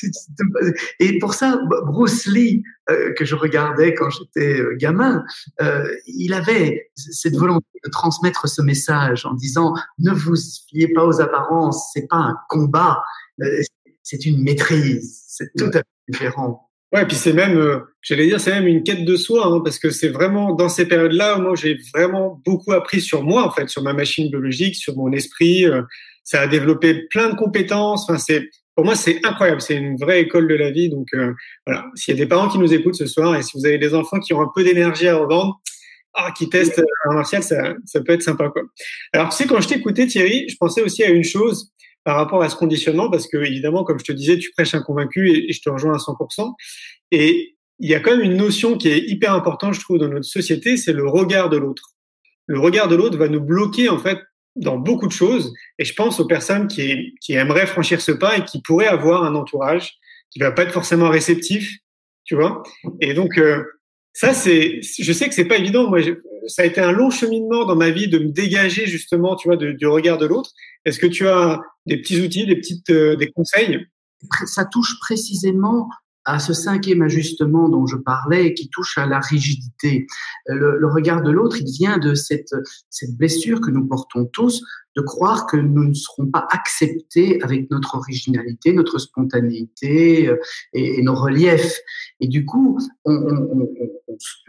Et pour ça, Bruce Lee, que je regardais quand j'étais gamin, il avait cette volonté de transmettre ce message en disant ne vous fiez pas aux apparences, c'est pas un combat, c'est une maîtrise, c'est tout à fait différent. Ouais, puis c'est même, j'allais dire, c'est même une quête de soi, hein, parce que c'est vraiment dans ces périodes-là, moi, j'ai vraiment beaucoup appris sur moi, en fait, sur ma machine biologique, sur mon esprit. Ça a développé plein de compétences. Enfin, pour moi, c'est incroyable. C'est une vraie école de la vie. Donc, voilà. S'il y a des parents qui nous écoutent ce soir et si vous avez des enfants qui ont un peu d'énergie à revendre, qui testent un martial, ça peut être sympa, quoi. Alors, tu sais, quand je t'écoutais, Thierry, je pensais aussi à une chose par rapport à ce conditionnement, parce que, évidemment, comme je te disais, tu prêches un convaincu et je te rejoins à 100%. Et il y a quand même une notion qui est hyper importante, je trouve, dans notre société, c'est le regard de l'autre. Le regard de l'autre va nous bloquer, en fait, dans beaucoup de choses. Et je pense aux personnes qui aimeraient franchir ce pas et qui pourraient avoir un entourage qui va pas être forcément réceptif, tu vois. Et donc, ça, je sais que c'est pas évident. Moi, ça a été un long cheminement dans ma vie de me dégager, justement, tu vois, du regard de l'autre. Est-ce que tu as des petits outils, des conseils? Ça touche précisément à ce 5e ajustement dont je parlais, qui touche à la rigidité. Le regard de l'autre, il vient de cette blessure que nous portons tous, de croire que nous ne serons pas acceptés avec notre originalité, notre spontanéité et nos reliefs. Et du coup, on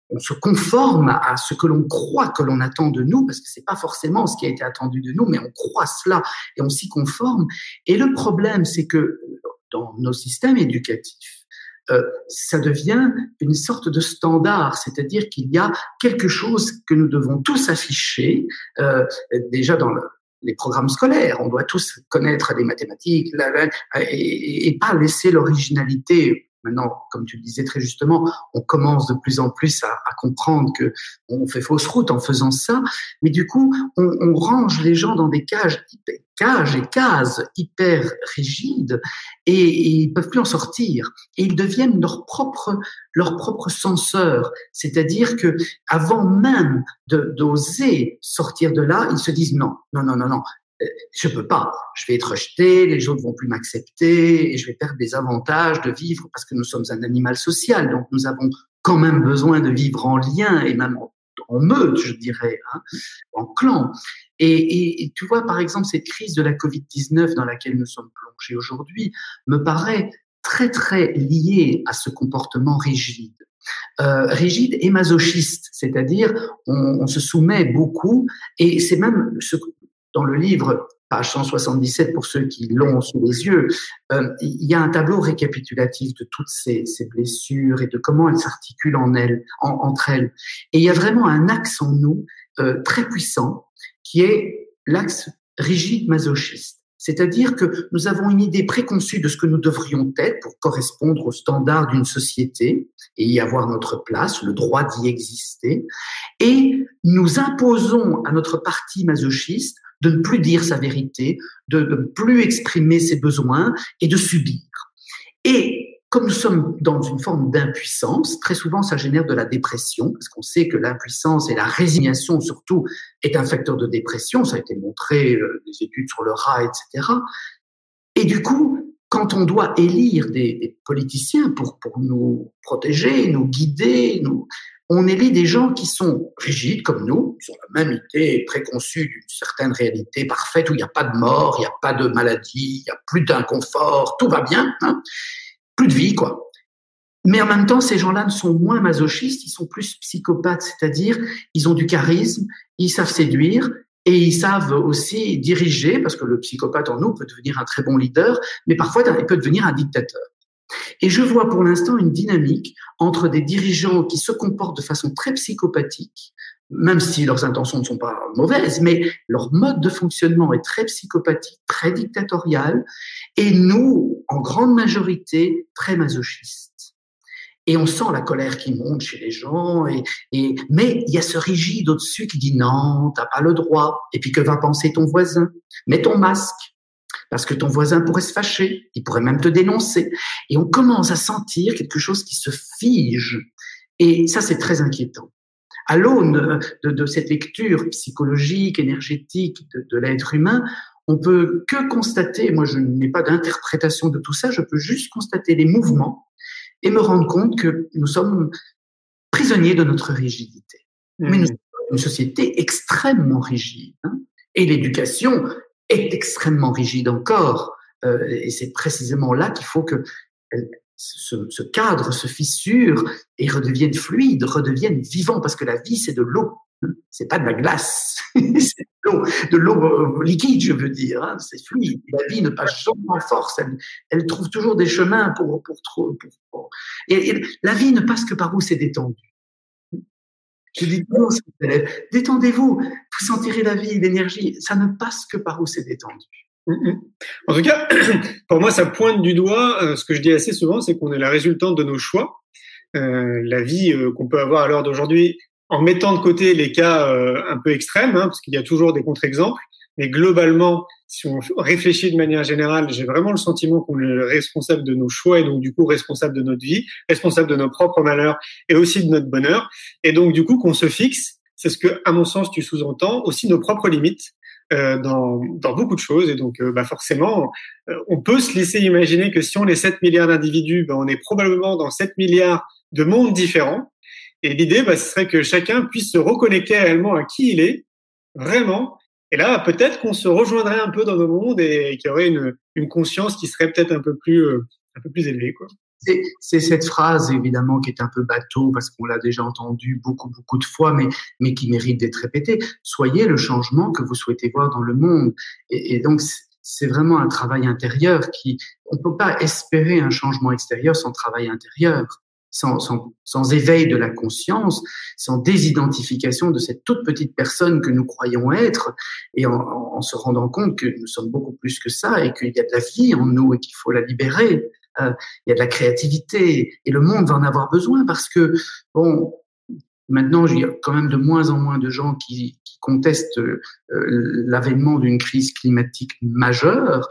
on se conforme à ce que l'on croit que l'on attend de nous, parce que c'est pas forcément ce qui a été attendu de nous, mais on croit cela et on s'y conforme. Et le problème, c'est que dans nos systèmes éducatifs, ça devient une sorte de standard, c'est-à-dire qu'il y a quelque chose que nous devons tous afficher, déjà dans les programmes scolaires. On doit tous connaître les mathématiques et pas laisser l'originalité. Maintenant, comme tu le disais très justement, on commence de plus en plus à comprendre que on fait fausse route en faisant ça, mais du coup, on range les gens dans des cases hyper rigides et ils peuvent plus en sortir. Et ils deviennent leur propre censeur. C'est-à-dire que avant même d'oser sortir de là, ils se disent non. Je peux pas. Je vais être rejeté, les autres vont plus m'accepter et je vais perdre des avantages de vivre parce que nous sommes un animal social. Donc, nous avons quand même besoin de vivre en lien et même en meute, je dirais, en clan. Et tu vois, par exemple, cette crise de la Covid-19 dans laquelle nous sommes plongés aujourd'hui me paraît très, très liée à ce comportement rigide. Rigide et masochiste, c'est-à-dire on se soumet beaucoup et c'est même dans le livre, page 177 pour ceux qui l'ont sous les yeux, il y a un tableau récapitulatif de toutes ces blessures et de comment elles s'articulent entre elles. Et il y a vraiment un axe en nous très puissant qui est l'axe rigide masochiste. C'est-à-dire que nous avons une idée préconçue de ce que nous devrions être pour correspondre aux standards d'une société et y avoir notre place, le droit d'y exister. Et nous imposons à notre partie masochiste de ne plus dire sa vérité, de ne plus exprimer ses besoins et de subir. Et comme nous sommes dans une forme d'impuissance, très souvent ça génère de la dépression, parce qu'on sait que l'impuissance et la résignation surtout est un facteur de dépression, ça a été montré, des études sur le rat, etc. Et du coup, quand on doit élire des politiciens pour nous protéger, nous guider, on élit des gens qui sont rigides comme nous, qui ont la même idée préconçue d'une certaine réalité parfaite où il n'y a pas de mort, il n'y a pas de maladie, il n'y a plus d'inconfort, tout va bien, plus de vie, quoi. Mais en même temps, ces gens-là ne sont moins masochistes, ils sont plus psychopathes, c'est-à-dire ils ont du charisme, ils savent séduire et ils savent aussi diriger, parce que le psychopathe en nous peut devenir un très bon leader, mais parfois il peut devenir un dictateur. Et je vois pour l'instant une dynamique entre des dirigeants qui se comportent de façon très psychopathique, même si leurs intentions ne sont pas mauvaises, mais leur mode de fonctionnement est très psychopathique, très dictatorial, et nous, en grande majorité, très masochistes. Et on sent la colère qui monte chez les gens, mais il y a ce rigide au-dessus qui dit non, t'as pas le droit, et puis que va penser ton voisin? Mets ton masque. Parce que ton voisin pourrait se fâcher, il pourrait même te dénoncer. Et on commence à sentir quelque chose qui se fige. Et ça, c'est très inquiétant. À l'aune de cette lecture psychologique, énergétique de l'être humain, on peut que constater, moi je n'ai pas d'interprétation de tout ça, je peux juste constater les mouvements et me rendre compte que nous sommes prisonniers de notre rigidité. Mais nous sommes une société extrêmement rigide. Et l'éducation est extrêmement rigide encore. Et c'est précisément là qu'il faut que ce cadre se fissure et redevienne fluide, redevienne vivant, parce que la vie, c'est de l'eau. C'est pas de la glace. C'est de l'eau liquide, je veux dire. C'est fluide. La vie ne passe jamais en force. Elle trouve toujours des chemins pour. Et la vie ne passe que par où c'est détendu. Je dis toujours aux élèves, détendez-vous, vous sentirez la vie, l'énergie, ça ne passe que par où c'est détendu. En tout cas, pour moi, ça pointe du doigt, ce que je dis assez souvent, c'est qu'on est la résultante de nos choix. La vie qu'on peut avoir à l'heure d'aujourd'hui, en mettant de côté les cas un peu extrêmes, parce qu'il y a toujours des contre-exemples, mais globalement, si on réfléchit de manière générale, j'ai vraiment le sentiment qu'on est responsable de nos choix et donc du coup responsable de notre vie, responsable de nos propres malheurs et aussi de notre bonheur. Et donc du coup qu'on se fixe, c'est ce que, à mon sens, tu sous-entends, aussi nos propres limites dans beaucoup de choses. Et donc forcément, on peut se laisser imaginer que si on est 7 milliards d'individus, on est probablement dans 7 milliards de mondes différents. Et l'idée, ce serait que chacun puisse se reconnecter réellement à qui il est, vraiment. Et là, peut-être qu'on se rejoindrait un peu dans nos mondes et qu'il y aurait une conscience qui serait peut-être un peu plus élevée, quoi. c'est cette phrase, évidemment, qui est un peu bateau parce qu'on l'a déjà entendue beaucoup, beaucoup de fois, mais qui mérite d'être répétée. Soyez le changement que vous souhaitez voir dans le monde. Et donc, c'est vraiment un travail intérieur on peut pas espérer un changement extérieur sans travail intérieur, sans éveil de la conscience, sans désidentification de cette toute petite personne que nous croyons être, et en se rendant compte que nous sommes beaucoup plus que ça et qu'il y a de la vie en nous et qu'il faut la libérer. Il y a de la créativité et le monde va en avoir besoin parce que, bon, maintenant, il y a quand même de moins en moins de gens qui contestent l'avènement d'une crise climatique majeure.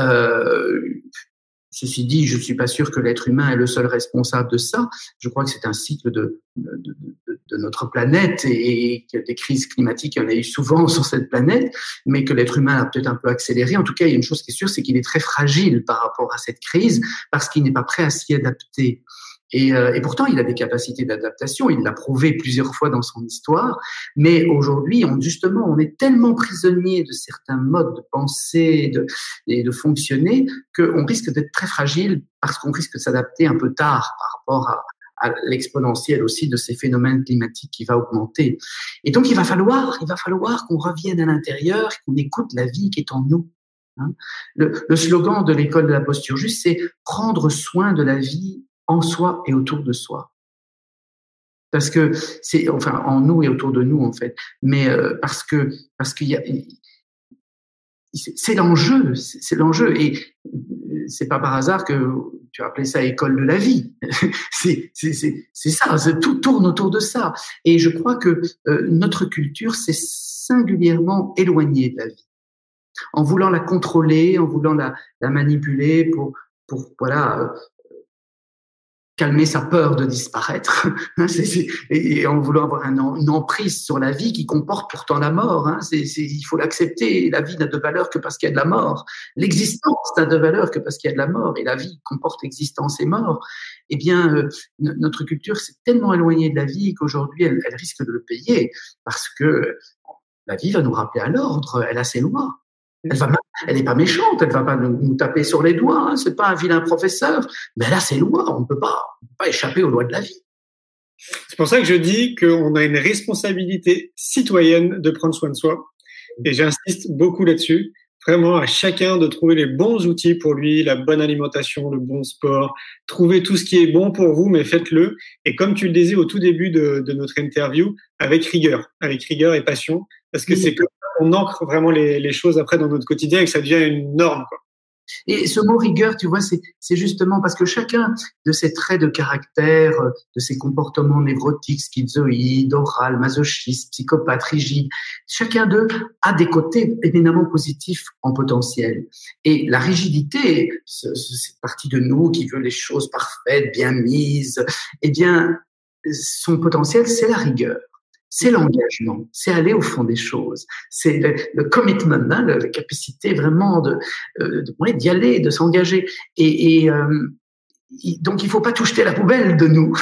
Ceci dit, je ne suis pas sûr que l'être humain est le seul responsable de ça. Je crois que c'est un cycle de notre planète et que des crises climatiques, il y en a eu souvent sur cette planète, mais que l'être humain a peut-être un peu accéléré. En tout cas, il y a une chose qui est sûre, c'est qu'il est très fragile par rapport à cette crise parce qu'il n'est pas prêt à s'y adapter. Et pourtant, il a des capacités d'adaptation. Il l'a prouvé plusieurs fois dans son histoire. Mais aujourd'hui, justement, on est tellement prisonnier de certains modes de pensée et de fonctionner qu'on risque d'être très fragile parce qu'on risque de s'adapter un peu tard par rapport à l'exponentiel aussi de ces phénomènes climatiques qui va augmenter. Et donc, il va falloir qu'on revienne à l'intérieur, qu'on écoute la vie qui est en nous. Le slogan de l'école de la posture juste, c'est prendre soin de la vie en soi et autour de soi. Parce que en nous et autour de nous, en fait. Mais parce qu'il y a, c'est l'enjeu. Et c'est pas par hasard que tu as appelé ça école de la vie. c'est ça. Tout tourne autour de ça. Et je crois que notre culture s'est singulièrement éloignée de la vie. En voulant la contrôler, en voulant la manipuler pour calmer sa peur de disparaître, et en voulant avoir une emprise sur la vie qui comporte pourtant la mort. Il faut l'accepter. La vie n'a de valeur que parce qu'il y a de la mort. L'existence n'a de valeur que parce qu'il y a de la mort. Et la vie comporte existence et mort. Eh bien, notre culture s'est tellement éloignée de la vie qu'aujourd'hui, elle risque de le payer parce que la vie va nous rappeler à l'ordre. Elle a ses lois. Elle n'est pas méchante, elle va pas nous taper sur les doigts, c'est pas un vilain professeur, mais elle a ses lois, on peut pas échapper aux lois de la vie. C'est pour ça que je dis qu'on a une responsabilité citoyenne de prendre soin de soi, et j'insiste beaucoup là-dessus, vraiment à chacun de trouver les bons outils pour lui, la bonne alimentation, le bon sport, trouver tout ce qui est bon pour vous, mais faites-le, et comme tu le disais au tout début de notre interview, avec rigueur et passion, parce que c'est comme on ancre vraiment les choses après dans notre quotidien et que ça devient une norme, quoi. Et ce mot rigueur, tu vois, c'est justement parce que chacun de ces traits de caractère, de ces comportements névrotiques, schizoïdes, oral, masochistes, psychopathes, rigides, chacun d'eux a des côtés éminemment positifs en potentiel. Et la rigidité, cette partie de nous qui veut les choses parfaites, bien mises, eh bien, son potentiel, c'est la rigueur. C'est l'engagement, c'est aller au fond des choses, c'est le commitment, la capacité vraiment d'y aller, de s'engager. Et donc il faut pas tout jeter à la poubelle de nous,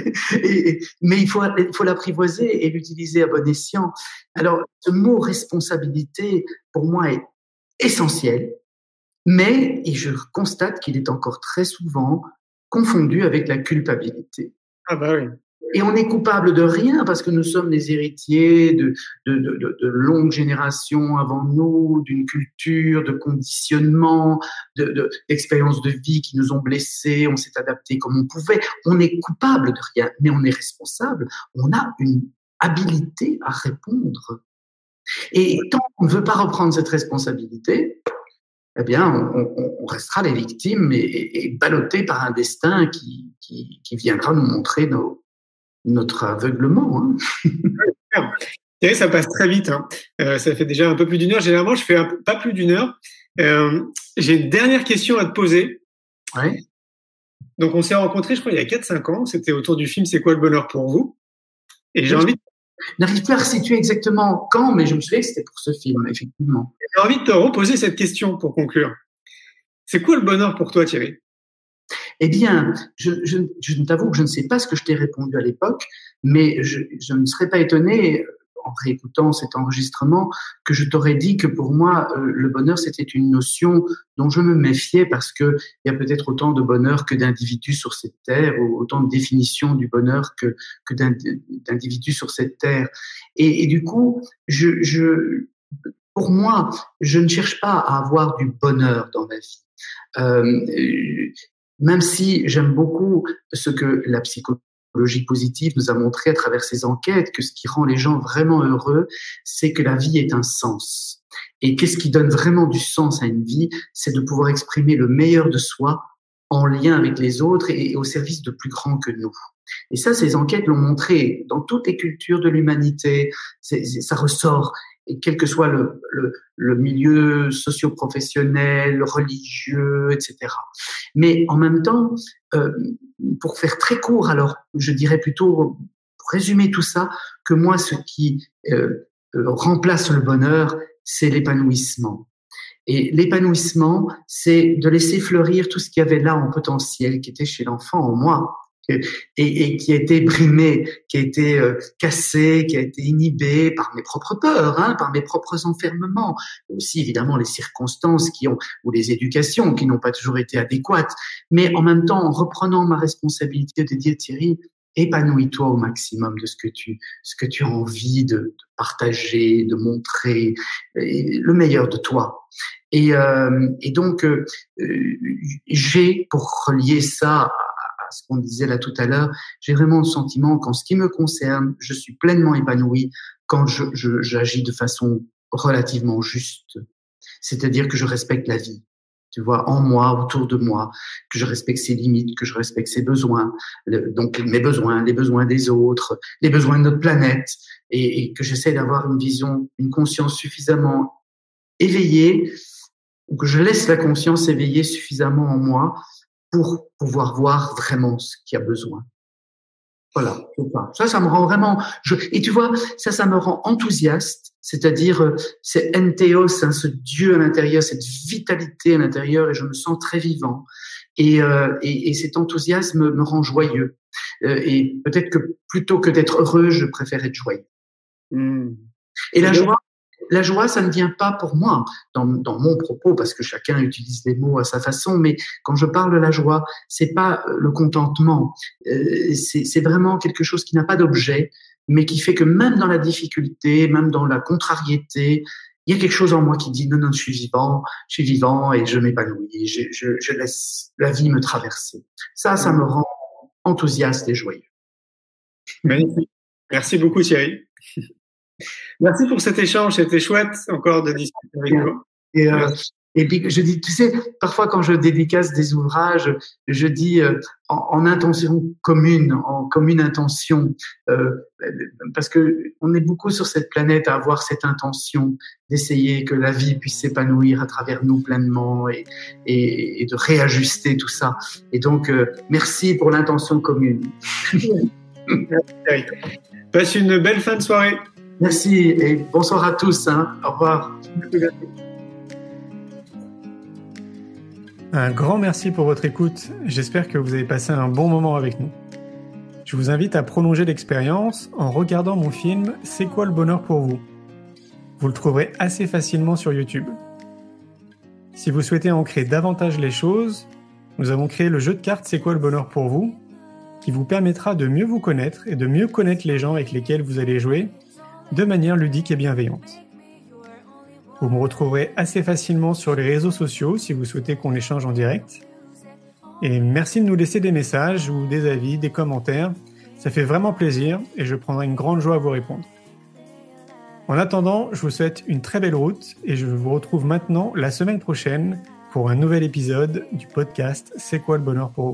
mais il faut l'apprivoiser et l'utiliser à bon escient. Alors ce mot responsabilité pour moi est essentiel, mais et je constate qu'il est encore très souvent confondu avec la culpabilité. Ah bah oui. Et on n'est coupable de rien parce que nous sommes les héritiers de longues générations avant nous, d'une culture, de conditionnement, d'expériences de vie qui nous ont blessés, on s'est adapté comme on pouvait. On est coupable de rien, mais on est responsable. On a une habilité à répondre. Et tant qu'on ne veut pas reprendre cette responsabilité, eh bien, on restera les victimes et ballottés par un destin qui viendra nous montrer notre aveuglement. Et ça passe très vite. Ça fait déjà un peu plus d'une heure. Généralement, je fais pas plus d'une heure. J'ai une dernière question à te poser. Ouais. Donc, on s'est rencontrés, je crois, il y a 4-5 ans. C'était autour du film « C'est quoi le bonheur pour vous ?» Et j'ai envie... Je n'arrive plus à resituer exactement quand, mais je me souviens que c'était pour ce film, effectivement. J'ai envie de te reposer cette question pour conclure. C'est quoi le bonheur pour toi, Thierry ? Eh bien, je t'avoue que je ne sais pas ce que je t'ai répondu à l'époque, mais je ne serais pas étonné, en réécoutant cet enregistrement que je t'aurais dit que pour moi, le bonheur, c'était une notion dont je me méfiais parce que il y a peut-être autant de bonheur que d'individus sur cette terre, ou autant de définitions du bonheur que d'individus sur cette terre. Et du coup, pour moi, je ne cherche pas à avoir du bonheur dans ma vie. Même si j'aime beaucoup ce que la psychologie positive nous a montré à travers ses enquêtes, que ce qui rend les gens vraiment heureux, c'est que la vie est un sens. Et qu'est-ce qui donne vraiment du sens à une vie? C'est de pouvoir exprimer le meilleur de soi en lien avec les autres et au service de plus grand que nous. Et ça, ces enquêtes l'ont montré dans toutes les cultures de l'humanité. Ça ressort. Et quel que soit le milieu socio-professionnel, religieux, etc. Mais en même temps, pour faire très court, alors je dirais plutôt, pour résumer tout ça, que moi, ce qui remplace le bonheur, c'est l'épanouissement. Et l'épanouissement, c'est de laisser fleurir tout ce qu'il y avait là en potentiel, qui était chez l'enfant, en moi, et qui a été brimé, qui a été cassé, qui a été inhibé par mes propres peurs, par mes propres enfermements, aussi évidemment les circonstances ou les éducations qui n'ont pas toujours été adéquates, mais en même temps en reprenant ma responsabilité de dire Thierry, épanouis-toi au maximum de ce que tu as envie de partager, de montrer, le meilleur de toi. Et donc j'ai, pour relier ça ce qu'on disait là tout à l'heure, j'ai vraiment le sentiment qu'en ce qui me concerne, je suis pleinement épanoui quand j'agis de façon relativement juste. C'est-à-dire que je respecte la vie, tu vois, en moi, autour de moi, que je respecte ses limites, que je respecte ses besoins, donc mes besoins, les besoins des autres, les besoins de notre planète, et que j'essaie d'avoir une vision, une conscience suffisamment éveillée, ou que je laisse la conscience éveillée suffisamment en moi pour pouvoir voir vraiment ce qu'il y a besoin. Voilà, ça me rend vraiment... Et tu vois, ça me rend enthousiaste, c'est-à-dire c'est entheos, ce Dieu à l'intérieur, cette vitalité à l'intérieur, et je me sens très vivant. Et cet enthousiasme me rend joyeux. Et peut-être que plutôt que d'être heureux, je préfère être joyeux. Et la joie, ça ne vient pas pour moi dans mon propos, parce que chacun utilise les mots à sa façon, mais quand je parle de la joie, c'est pas le contentement, c'est vraiment quelque chose qui n'a pas d'objet, mais qui fait que même dans la difficulté, même dans la contrariété, il y a quelque chose en moi qui dit non, je suis vivant et je m'épanouis, je laisse la vie me traverser. Ça me rend enthousiaste et joyeux. Magnifique. Merci beaucoup Thierry. Merci pour cet échange, c'était chouette encore de discuter avec vous. Et puis je dis, tu sais, parfois quand je dédicace des ouvrages, je dis en intention commune, en commune intention, parce que on est beaucoup sur cette planète à avoir cette intention d'essayer que la vie puisse s'épanouir à travers nous pleinement et de réajuster tout ça. Et donc merci pour l'intention commune. Passe une belle fin de soirée. Merci et bonsoir à tous. Au revoir. Un grand merci pour votre écoute. J'espère que vous avez passé un bon moment avec nous. Je vous invite à prolonger l'expérience en regardant mon film « C'est quoi le bonheur pour vous ?» Vous le trouverez assez facilement sur YouTube. Si vous souhaitez ancrer davantage les choses, nous avons créé le jeu de cartes « C'est quoi le bonheur pour vous ?» qui vous permettra de mieux vous connaître et de mieux connaître les gens avec lesquels vous allez jouer de manière ludique et bienveillante. Vous me retrouverez assez facilement sur les réseaux sociaux si vous souhaitez qu'on échange en direct. Et merci de nous laisser des messages ou des avis, des commentaires. Ça fait vraiment plaisir et je prendrai une grande joie à vous répondre. En attendant, je vous souhaite une très belle route et je vous retrouve maintenant la semaine prochaine pour un nouvel épisode du podcast « C'est quoi le bonheur pour vous ?»